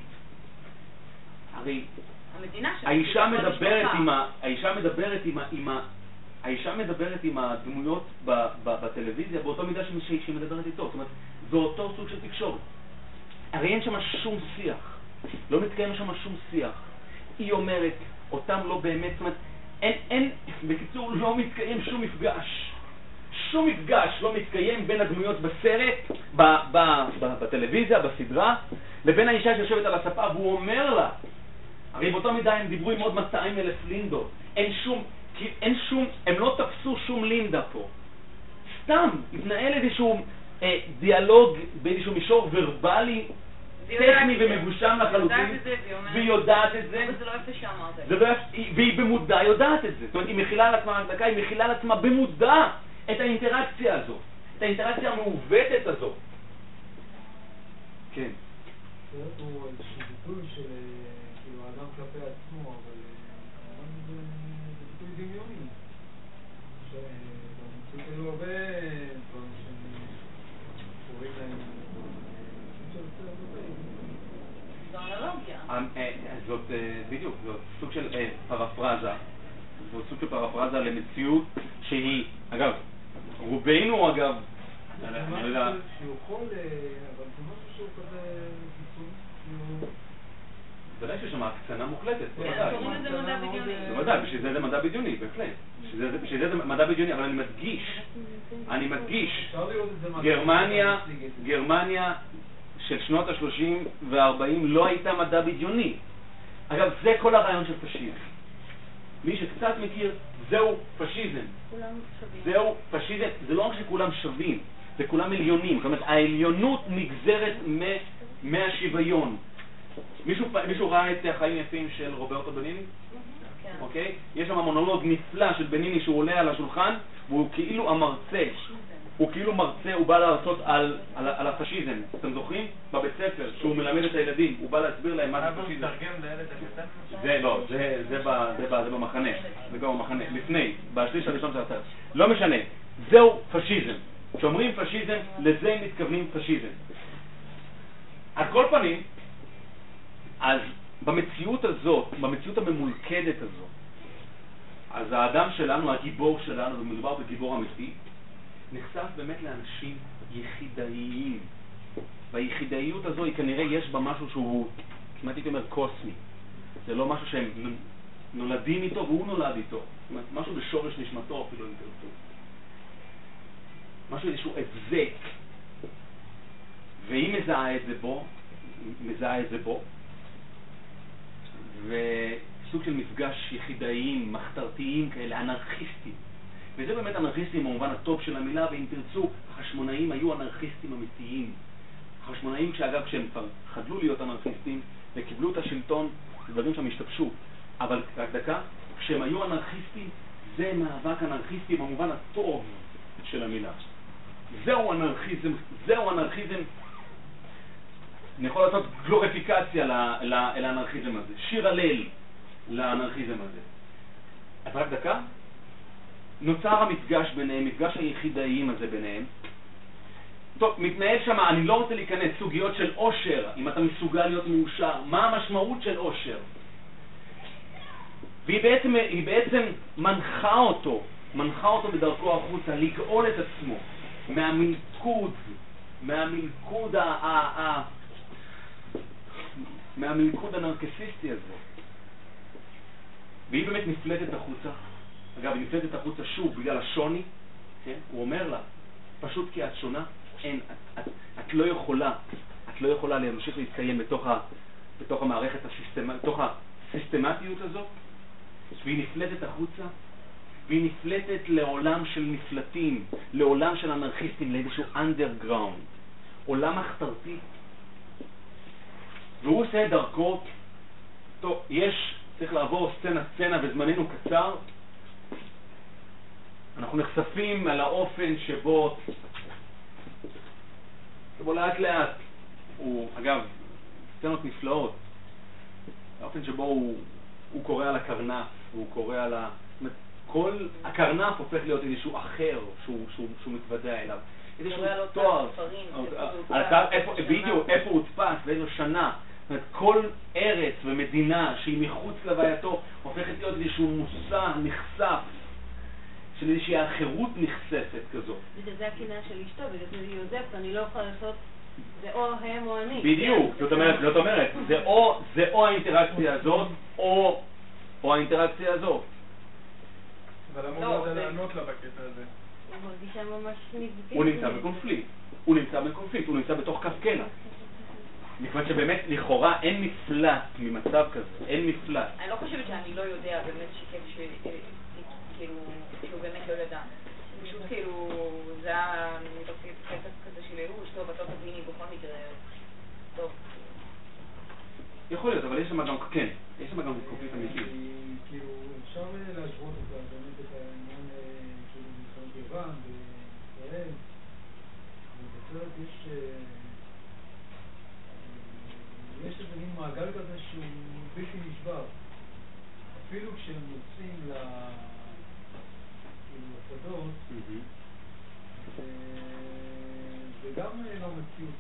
הרי האישה מדברת עם ה... האישה מדברת עם ה... עם ה... האישה מדברת עם הדמויות בטלוויזיה באותו מידה שהיא מדברת איתו. זאת אומרת, זה אותו סוג של תקשורת. הרי אין שם שום שיח. לא מתקיים שם שום שיח. היא אומרת, אותם לא באמת, זאת אומרת, אין, אין, בקיצור, לא מתקיים שום מפגש. שום מפגש לא מתקיים בין הדמויות בסרט, ב, ב, ב, בטלוויזיה, בסדרה, לבין האישה שיושבת על הספה, והוא אומר לה, הרי באותו מידה הם דיברו עם עוד מאתיים אלף לינדות. אין שום, אין שום, הם לא תפסו שום לינדה פה. סתם, התנהל איזשהו אה, דיאלוג באיזשהו מישור ורבלי, טכני ומגושם לחלוטין, והיא יודעת את זה. אבל זה לא יפה שאמרת. זה לא יפה, והיא במודע יודעת את זה. זאת אומרת, היא מכילה על עצמה הדקה, היא מכילה על עצמה במודע את האינטראקציה הזו, את האינטראקציה המעוותת הזו. כן. זה הוא איזשהו ביטוי של כאילו האדם כלפי עצמו, אבל כמובן זה ביטוי דמיוני. שבמציאות היו הרבה דברים שקוראים להם. זאת בדיוק, זאת סוג של פרפרזה, זאת סוג של פרפרזה למציאות שהיא, אגב, רובנו אגב, אני לא יודע... שהוא יכול, אבל זה משהו שהוא כזה קיצוני. בוודאי שיש שם הקצנה מוחלטת, בוודאי. קוראים לזה מדע בדיוני. בוודאי, בשביל זה זה מדע בדיוני, בהחלט. בשביל זה זה מדע בדיוני, אבל אני מדגיש, אני מדגיש, גרמניה, גרמניה, של שנות ה-שלושים וה-ארבעים לא הייתה מדע בדיוני. אגב, זה כל הרעיון של פשיזם. מי שקצת מכיר, זהו פשיזם. זהו פשיזם, זה לא רק שכולם שווים, זה כולם עליונים. זאת אומרת, העליונות נגזרת מהשוויון. מישהו, מישהו ראה את החיים יפים של רוברטו בניני? אוקיי? יש שם מונולוג נפלא של בניני שהוא עולה על השולחן, והוא כאילו המרצה. הוא כאילו מרצה, הוא בא להרצות על, על, על הפשיזם. אתם זוכרים? בבית ספר, שהוא מלמד את הילדים, הוא בא להסביר להם מה זה פשיזם. זה לא, זה, זה, ב, זה, ב, זה במחנה, זה גם במחנה, לפני, בשליש הראשון של הסרט. לא משנה, זהו פשיזם. כשאומרים פשיזם, לזה הם מתכוונים פשיזם. על כל פנים, אז במציאות הזאת, במציאות הממולכדת הזאת, אז האדם שלנו, הגיבור שלנו, ומדובר בגיבור אמיתי, נחשף באמת לאנשים יחידאיים. והיחידאיות הזו, היא כנראה יש בה משהו שהוא, כמעט הייתי אומר, קוסמי. זה לא משהו שהם נולדים איתו, והוא נולד איתו. זאת אומרת, משהו בשורש נשמתו אפילו, אם תרצו. משהו, איזשהו הבזק. והיא מזהה את זה בו, מזהה את זה בו, וסוג של מפגש יחידאיים, מחתרתיים כאלה, אנרכיסטים. וזה באמת אנרכיסטים במובן הטוב של המילה, ואם תרצו, החשמונאים היו אנרכיסטים אמיתיים. החשמונאים, שאגב, כשהם כבר חדלו להיות אנרכיסטים וקיבלו את השלטון, דברים שם השתבשו. אבל רק דקה, כשהם היו אנרכיסטים, זה מאבק אנרכיסטי במובן הטוב של המילה. זהו אנרכיזם, זהו אנרכיזם. אני יכול לעשות גלוריפיקציה לאנרכיזם הזה, שיר הלל לאנרכיזם הזה. אז רק דקה, נוצר המפגש ביניהם, מפגש היחידאיים הזה ביניהם. טוב, מתנהל שם, אני לא רוצה להיכנס, סוגיות של עושר, אם אתה מסוגל להיות מאושר, מה המשמעות של עושר? והיא בעצם, היא בעצם מנחה אותו, מנחה אותו בדרכו החוצה, לגאול את עצמו מהמלכוד, מהמלכוד ה... ה, ה מהמלכוד הנרקסיסטי הזה. והיא באמת נפלטת החוצה. אגב, היא נפלטת החוצה שוב בגלל השוני, כן? הוא אומר לה, פשוט כי את שונה, אין, את, את, את לא יכולה, את לא יכולה להמשיך להתקיים בתוך, ה, בתוך המערכת הסיסטמ, בתוך הסיסטמטיות הזאת, והיא נפלטת החוצה, והיא נפלטת לעולם של נפלטים, לעולם של אנרכיסטים, לאיזשהו אנדרגראונד, עולם מחתרתי. והוא עושה דרכו, טוב, יש, צריך לעבור סצנה סצנה וזמננו קצר, אנחנו נחשפים על האופן שבו, שבו לאט לאט, הוא, אגב, סצנות נפלאות, האופן שבו הוא, הוא קורא על הקרנף, הוא קורא על ה... כל הקרנף הופך להיות איזשהו אחר שהוא, שהוא, שהוא מתוודע אליו. איזשהו תואר, בדיוק, איפה הוא הודפס, באיזו שנה. זאת אומרת, כל ארץ ומדינה שהיא מחוץ לווייתו הופכת להיות איזשהו מושא נחשף, של איזושהי החירות נחשפת כזאת. וזה הקנאה של אשתו, בגלל זה יוזף, אני לא יכולה לעשות, זה או הם או אני. בדיוק, זאת אומרת, זאת אומרת, זה או, זה או האינטראקציה הזאת, או, או האינטראקציה הזאת. אבל למה הוא יודע לענות לה בקטע הזה? הוא מרגישה ממש נבדית. הוא נמצא בקונפליקט, הוא נמצא בקונפליקט, הוא נמצא בתוך כף קלע. מכיוון שבאמת לכאורה אין מפלט ממצב כזה, אין מפלט. אני לא חושבת שאני לא יודע באמת שכן כאילו, שהוא באמת לא ידע. פשוט כאילו, זה היה קטע כזה של ייאוש, טוב, אתה תביני בכל מקרה, טוב. יכול להיות, אבל יש שם גם, כן, יש שם גם קונפליקט אמיתי. כאילו, אפשר להשוות את באמת את העניין כאילו מלחמת יוון בישראל, ובסרט יש יש איזה מין מעגל כזה שהוא בלתי נשבר. אפילו כשהם יוצאים לשדות, זה גם לא מציאות,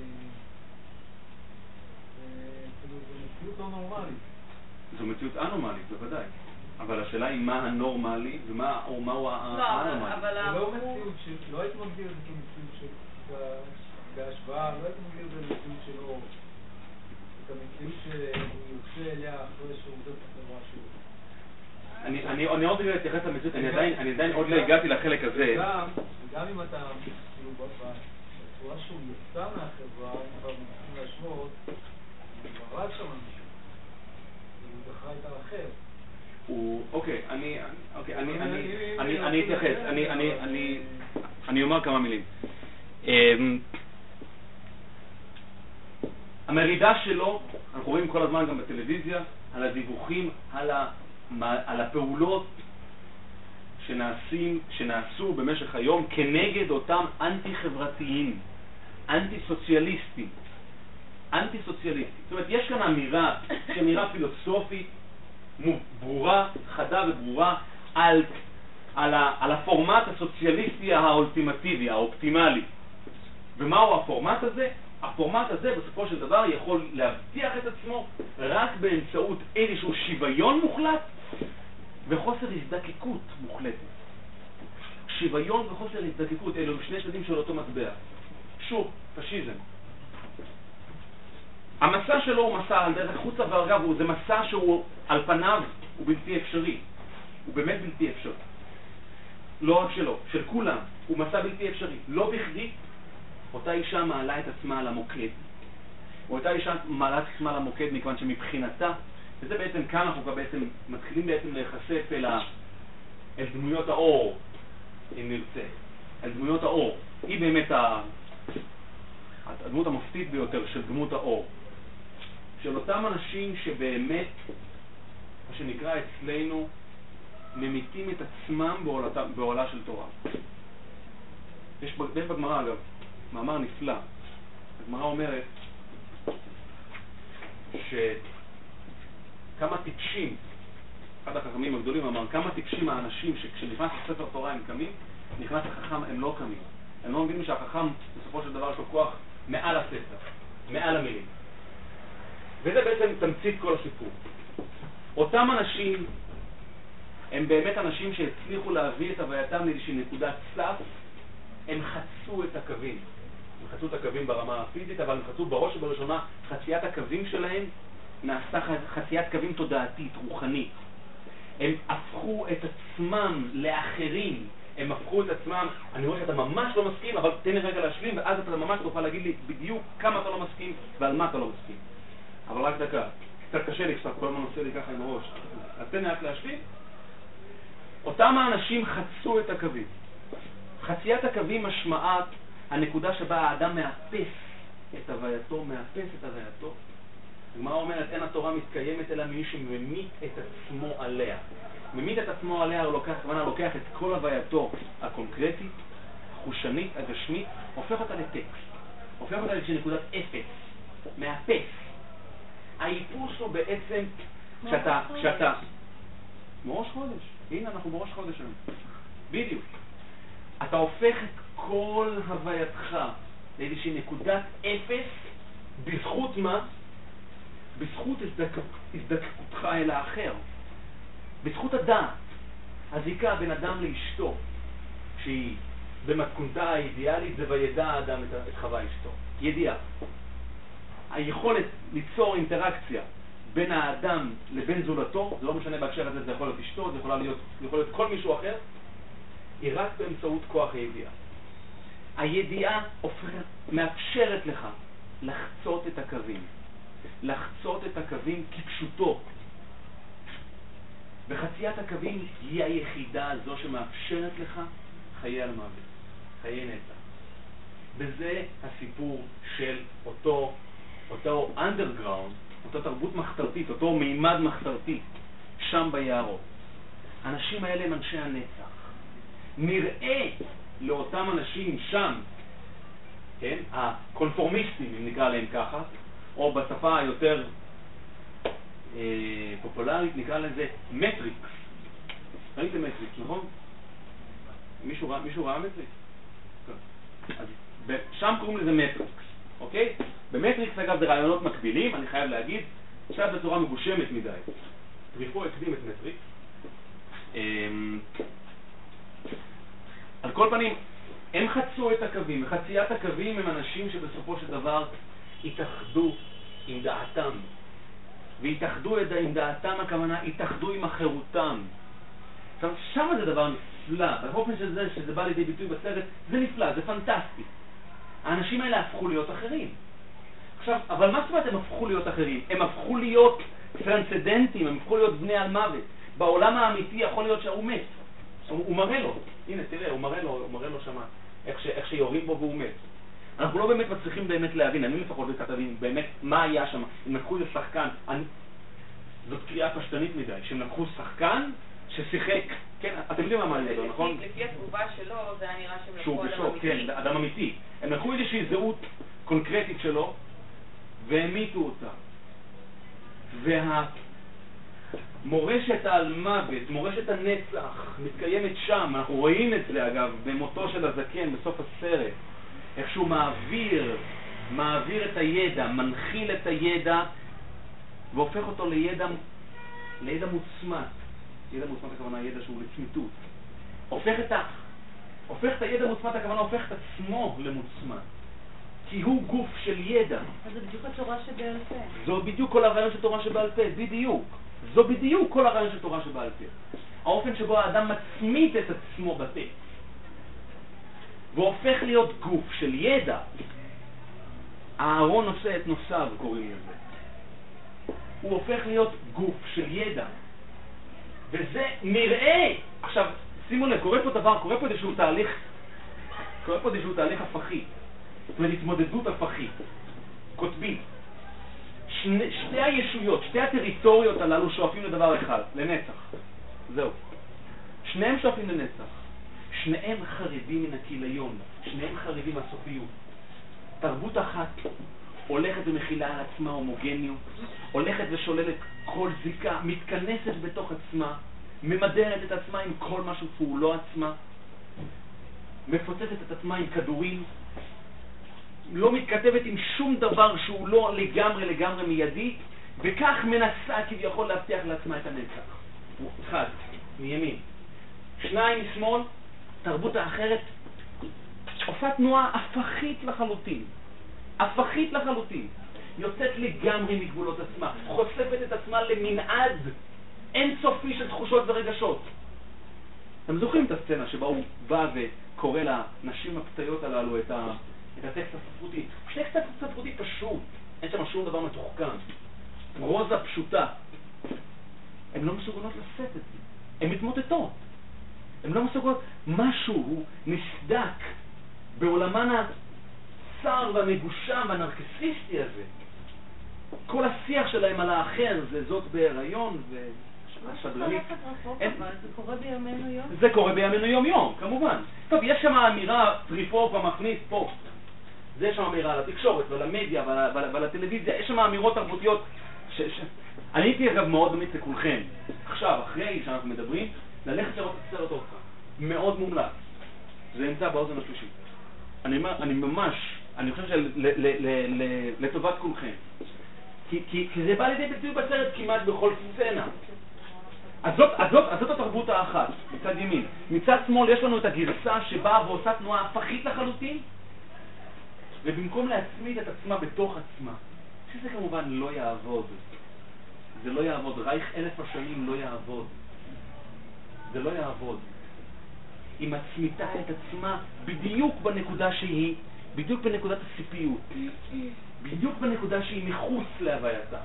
כאילו זו מציאות לא נורמלית. זו מציאות אנומלית, בוודאי. אבל השאלה היא מה הנורמלי ומה הוא האנומלי. זה לא מציאות של, לא הייתי מגדיר את זה כמציאות של, בהשוואה, לא הייתי מגדיר את זה מציאות של אור. את המציאות שהוא יוצא אליה אחרי שהוא עובד בחברה שלו. אני עוד רגע להתייחס למציאות, אני עדיין עוד לא הגעתי לחלק הזה. וגם אם אתה, כאילו, בצורה שהוא יצא מהחברה, אם כבר מנסים להשוות, הוא מראה שם מישהו, והוא דחה את האחר. אוקיי, אני אתייחס, אני אומר כמה מילים. המרידה שלו, אנחנו רואים כל הזמן גם בטלוויזיה, על הדיווחים, על, ה, על הפעולות שנעשים, שנעשו במשך היום כנגד אותם אנטי-חברתיים, אנטי-סוציאליסטים, אנטי-סוציאליסטים. זאת אומרת, יש כאן אמירה, אמירה פילוסופית, ברורה, חדה וברורה, על, על, ה, על הפורמט הסוציאליסטי האולטימטיבי, האופטימלי. ומהו הפורמט הזה? הפורמט הזה בסופו של דבר יכול להבטיח את עצמו רק באמצעות איזשהו שוויון מוחלט וחוסר הזדקקות מוחלטת. שוויון וחוסר הזדקקות, אלו שני צדדים של אותו מטבע. שוב, פשיזם. המסע שלו הוא מסע על דרך חוצה ואגב, זה מסע שהוא על פניו הוא בלתי אפשרי. הוא באמת בלתי אפשרי. לא רק שלו, של כולם. הוא מסע בלתי אפשרי. לא בכדי, אותה אישה מעלה את עצמה על המוקד. או אותה אישה מעלה את עצמה על המוקד מכיוון שמבחינתה, וזה בעצם כאן אנחנו כבר בעצם מתחילים בעצם להיחשף אל, ה... אל דמויות האור, אם נרצה. אל דמויות האור. היא באמת ה... הדמות המופתית ביותר של דמות האור. של אותם אנשים שבאמת, מה שנקרא אצלנו, ממיתים את עצמם בעולתה, בעולה של תורה. יש, יש בגמרא אגב, מאמר נפלא. הגמרא אומרת שכמה טיפשים, אחד החכמים הגדולים אמר, כמה טיפשים האנשים שכשנכנס לספר תורה הם קמים, נכנס החכם הם לא קמים. הם לא מבינים שהחכם בסופו של דבר יש לו כוח מעל הספר, מעל המילים. וזה בעצם תמצית כל הסיפור. אותם אנשים הם באמת אנשים שהצליחו להביא את הווייתם לאיזושהי נקודת סף, הם חצו את הקווים. הם חצו את הקווים ברמה הפיזית, אבל הם חצו בראש ובראשונה, חציית הקווים שלהם נעשתה חציית קווים תודעתית, רוחנית. הם הפכו את עצמם לאחרים, הם הפכו את עצמם, אני רואה שאתה ממש לא מסכים, אבל תן לי רגע להשלים, ואז אתה ממש תוכל להגיד לי בדיוק כמה אתה לא מסכים ועל מה אתה לא מסכים. אבל רק דקה, קצת קשה לי, קצת כל הזמן עושה לי ככה עם הראש. אז תן לי רק להשלים. אותם האנשים חצו את הקווים. חציית הקווים משמעת הנקודה שבה האדם מאפס את הווייתו, מאפס את הווייתו. הגמרא אומרת, אין התורה מתקיימת אלא מי שממית את עצמו עליה. ממית את עצמו עליה, הוא לוקח, כמובן, לוקח את כל הווייתו הקונקרטית, החושנית, הגשמית, הופך אותה לטקסט. הופך אותה לאיזושהי נקודת אפס. מאפס. האיפוס הוא בעצם, כשאתה, כשאתה... בראש חודש. הנה, אנחנו בראש חודש היום. בדיוק. אתה הופך את כל הווייתך לאיזושהי נקודת אפס, בזכות מה? בזכות הזדקקותך אל האחר. בזכות הדעת. הזיקה בין אדם לאשתו, שהיא במתכונתה האידיאלית, זה וידע האדם את חווה אשתו. ידיעה. היכולת ליצור אינטראקציה בין האדם לבין זולתו, זה לא משנה בהקשר הזה, זה יכול להיות אשתו, זה יכול להיות, זה יכול להיות כל מישהו אחר, היא רק באמצעות כוח הידיעה. הידיעה הופכת, מאפשרת לך לחצות את הקווים. לחצות את הקווים כפשוטו. וחציית הקווים היא היחידה הזו שמאפשרת לך חיי על מוות, חיי נצח. וזה הסיפור של אותו, אותו underground, אותו תרבות מחתרתית, אותו מימד מחתרתי, שם ביערות. האנשים האלה הם אנשי הנצח. נראה לאותם אנשים שם, כן, הקונפורמיסטים, אם נקרא להם ככה, או בשפה היותר אה, פופולרית, נקרא לזה מטריקס. ראיתם מטריקס, נכון? מישהו ראה, מישהו ראה מטריקס? אז שם קוראים לזה מטריקס, אוקיי? במטריקס, אגב, זה רעיונות מקבילים, אני חייב להגיד, עכשיו בצורה מגושמת מדי. טריפו הקדים את מטריקס. על כל פנים, הם חצו את הקווים, וחציית הקווים הם אנשים שבסופו של דבר התאחדו עם דעתם. והתאחדו עם דעתם, הכוונה, התאחדו עם החירותם. עכשיו, שם זה דבר נפלא, באופן שזה, שזה בא לידי ביטוי בסרט, זה נפלא, זה פנטסטי. האנשים האלה הפכו להיות אחרים. עכשיו, אבל מה זאת אומרת הם הפכו להיות אחרים? הם הפכו להיות טרנסדנטים, הם הפכו להיות בני על מוות. בעולם האמיתי יכול להיות שהוא מת. הוא מראה לו, הנה תראה, הוא מראה לו, הוא מראה לו שמה, איך, ש, איך שיורים בו והוא מת. אנחנו לא באמת מצליחים באמת להבין, אני לפחות בכתבים, באמת מה היה שם. הם לקחו איזה שחקן, אני, זאת קריאה פשטנית מדי, שהם לקחו שחקן ששיחק, כן, אתם יודעים מה מעניין לו, נכון? לפי התגובה שלו, זה היה נראה שהם שהוא לקחו אדם בשוק, כן, אמיתי. אדם אמיתי. הם לקחו איזושהי זהות קונקרטית שלו, והמיתו אותה. והמורשת על מוות, מורשת הנצח, מתקיימת שם. אנחנו רואים את זה אגב, במותו של הזקן, בסוף הסרט. איך שהוא מעביר, מעביר את הידע, מנחיל את הידע, והופך אותו לידע, לידע מוצמט. ידע מוצמט הכוונה ידע שהוא לצמיתות. הופך את ה... הופך את הידע מוצמט הכוונה, הופך את עצמו למוצמט. כי הוא גוף של ידע. אז זה בדיוק התורה שבעל פה. זו בדיוק כל הרעיון של תורה שבעל פה, בדיוק. זו בדיוק כל הרעיון של תורה שבעל פה. האופן שבו האדם מצמית את עצמו בטקסט. והופך להיות גוף של ידע. הארון נושא את נושאיו, קוראים לזה. הוא הופך להיות גוף של ידע. וזה נראה. עכשיו, שימו לב, קורה פה דבר, קורה פה איזשהו תהליך, קורה פה איזשהו תהליך הפכי. זאת אומרת, התמודדות הפכית, כותבית. שני, שתי הישויות, שתי הטריטוריות הללו שואפים לדבר אחד, לנצח. זהו. שניהם שואפים לנצח. שניהם חרדים מן הכיליון, שניהם חרדים מהסופיות. תרבות אחת הולכת ומכילה על עצמה הומוגניות, הולכת ושוללת כל זיקה, מתכנסת בתוך עצמה, ממדרת את עצמה עם כל משהו שהוא לא עצמה, מפוצצת את עצמה עם כדורים, לא מתכתבת עם שום דבר שהוא לא לגמרי לגמרי מיידי, וכך מנסה כביכול להבטיח לעצמה את הנצח. אחד, מימין. שניים משמאל, תרבות האחרת עושה תנועה הפכית לחלוטין. הפכית לחלוטין. יוצאת לגמרי מגבולות עצמה, חושפת את עצמה למנעד אינסופי של תחושות ורגשות. אתם זוכרים את הסצנה שבה הוא בא וקורא לנשים הפציות הללו את, ה... את הטקסט הספרותי. טקסט הספרותי פשוט, אין שם שום דבר מתוחכם. רוזה פשוטה. הן לא מסוגלות לשאת את זה. הן מתמוטטות. הן לא מסוגלות. משהו נסדק בעולמן הצר והמגושם והנרקסיסטי הזה. כל השיח שלהם על האחר זה זאת בהיריון ו... אבל זה קורה בימינו יום. זה קורה בימינו יום יום, כמובן. טוב, יש שם אמירה טריפור במכניס פה. זה יש שם אמירה על התקשורת ועל המדיה ועל, ועל, ועל הטלוויזיה. יש שם אמירות תרבותיות. ש, ש... אני הייתי אגב מאוד דומית לכולכם. עכשיו, אחרי שאנחנו מדברים, ללכת לראות את הסרט עוד פעם. מאוד מומלץ. זה נמצא באוזן השלישית. אני, אני ממש, אני חושב שלטובת כולכם. כי, כי, כי זה בא לידי ביטוי בסרט כמעט בכל סצנה. אז זאת, אז זאת, אז זאת התרבות האחת, מצד ימין. מצד שמאל יש לנו את הגרסה שבאה ועושה תנועה הפכית לחלוטין, ובמקום להצמיד את עצמה בתוך עצמה, שזה כמובן לא יעבוד. זה לא יעבוד. רייך אלף השנים לא יעבוד. זה לא יעבוד. היא מצמיתה את עצמה בדיוק בנקודה שהיא, בדיוק בנקודת הסיפיות. בדיוק בנקודה שהיא מחוץ להווייתה.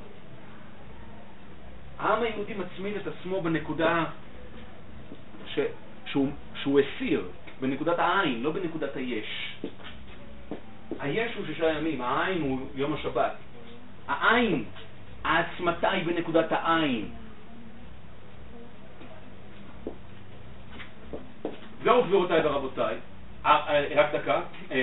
העם היהודי מצמיד את עצמו בנקודה ש... שהוא... שהוא הסיר, בנקודת העין, לא בנקודת היש. היש הוא שישה ימים, העין הוא יום השבת. העין, העצמתה היא בנקודת העין. זהו גבירותיי ורבותיי. רק דקה.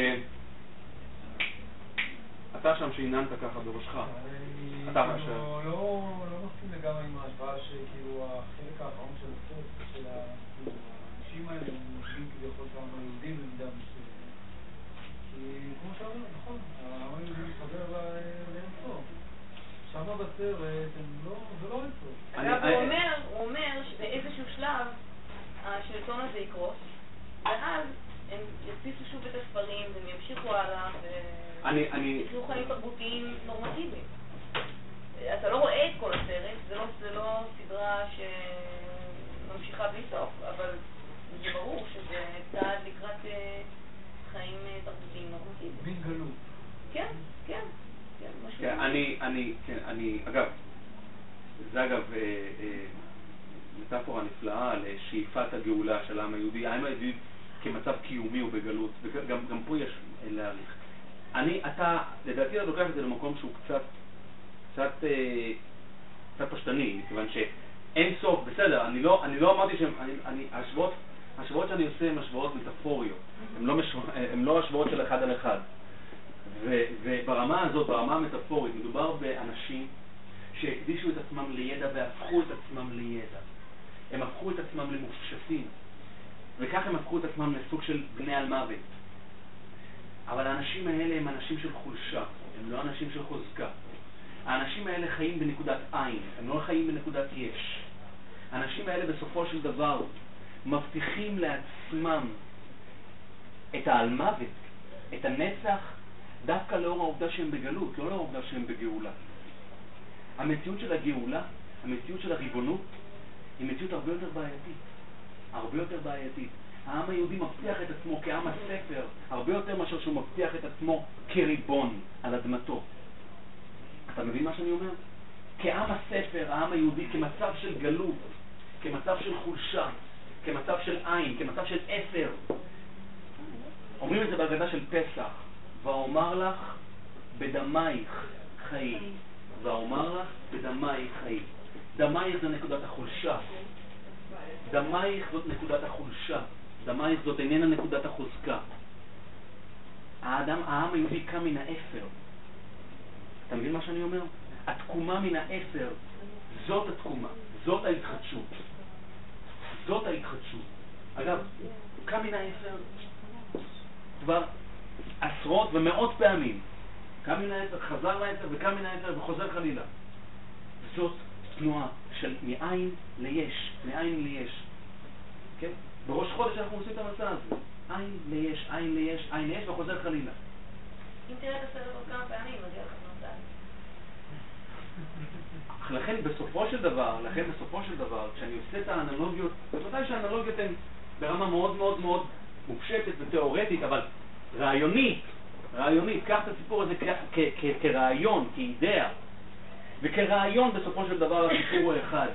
אתה שם שעיננת ככה בראשך. אתה אני לא מסכים לגמרי עם ההשוואה שכאילו החלק האחרון של הסרט של האנשים האלה הם אנשים כביכול של העם היהודים במידה מסוימת. כי כמו שאמרנו, נכון, העם היהודי מתחבר לארצו. שם בסרט זה לא ארצו. אגב, הוא אומר שבאיזשהו שלב השלטון הזה יקרוס, ואז הם יפיסו שוב את הספרים והם ימשיכו הלאה ויצאו חיים תרבותיים נורמטיביים. אתה לא רואה את כל הסרט, זה לא, זה לא סדרה שממשיכה בלי סוף, אבל זה ברור שזה צעד לקראת חיים תרבותיים נורמטיביים. בין גלות. כן, כן, כן, משהו. כן, אני, אני, כן, אני, אגב, זה אגב מטאפורה נפלאה לשאיפת הגאולה של העם היהודי. העם היהודי כמצב קיומי ובגלות, וגם גם פה יש להעריך. אני, אתה, לדעתי אתה לוקח את זה למקום שהוא קצת, קצת, קצת פשטני, מכיוון אין סוף, בסדר, אני לא, אני לא אמרתי שהם, אני, אני, השוואות, השוואות שאני עושה הן השוואות מטאפוריות, הן לא, משו, הן לא השוואות של אחד על אחד. ו, וברמה הזאת, ברמה המטאפורית, מדובר באנשים שהקדישו את עצמם לידע והפכו את עצמם לידע. הם הפכו את עצמם למופשטים, וכך הם הפכו את עצמם לסוג של בני על מוות. אבל האנשים האלה הם אנשים של חולשה, הם לא אנשים של חוזקה. האנשים האלה חיים בנקודת עין, הם לא חיים בנקודת יש. האנשים האלה בסופו של דבר מבטיחים לעצמם את העל-מוות, את הנצח, דווקא לאור העובדה שהם בגלות, לא לאור העובדה שהם בגאולה. המציאות של הגאולה, המציאות של הריבונות, היא מציאות הרבה יותר בעייתית. הרבה יותר בעייתית. העם היהודי מבטיח את עצמו כעם הספר, הרבה יותר מאשר שהוא מבטיח את עצמו כריבון על אדמתו. אתה מבין מה שאני אומר? כעם הספר, העם היהודי, כמצב של גלות, כמצב של חולשה, כמצב של עין, כמצב של אפר. אומרים את זה בהגדה של פסח, ואומר לך בדמייך חיי. ואומר לך בדמייך חיי. דמייך זה נקודת החולשה. דמייך זאת נקודת החולשה. דמייך זאת איננה נקודת החוזקה. האדם, העם היהודי קם מן האפר. אתה מבין מה שאני אומר? התקומה מן האפר, זאת התקומה, זאת ההתחדשות. זאת ההתחדשות. אגב, קם מן האפר כבר עשרות ומאות פעמים. קם מן האפר, חזר לאפר וקם מן האפר וחוזר חלילה. זאת תנועה של מעין ליש, מעין ליש. כן? בראש חודש אנחנו עושים את המסע הזה. עין ליש, עין ליש, עין ליש וחוזר חלילה. אם תראה את הסדר עוד כמה פעמים, אז יהיה לך מסע. לכן בסופו של דבר, לכן בסופו של דבר, כשאני עושה את האנלוגיות, בוודאי שהאנלוגיות הן ברמה מאוד מאוד מאוד מופשטת ותיאורטית, אבל רעיונית, רעיונית, קח את הסיפור הזה כרעיון, כאידאה, וכרעיון בסופו של דבר הסיפור הוא אחד.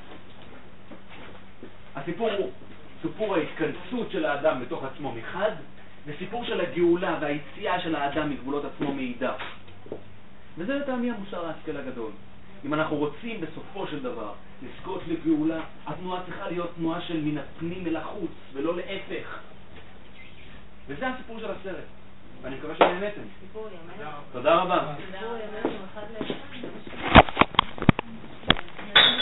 הסיפור הוא סיפור ההתכנסות של האדם בתוך עצמו מחד, וסיפור של הגאולה והיציאה של האדם מגבולות עצמו מאידך. וזה לטעמי המוסר ההשכל הגדול. אם אנחנו רוצים בסופו של דבר לזכות לגאולה, התנועה צריכה להיות תנועה של מן הפנים אל החוץ, ולא להפך. וזה הסיפור של הסרט. ואני מקווה שנהנתם. תודה רבה. סיפור ימינו אחד לאחד.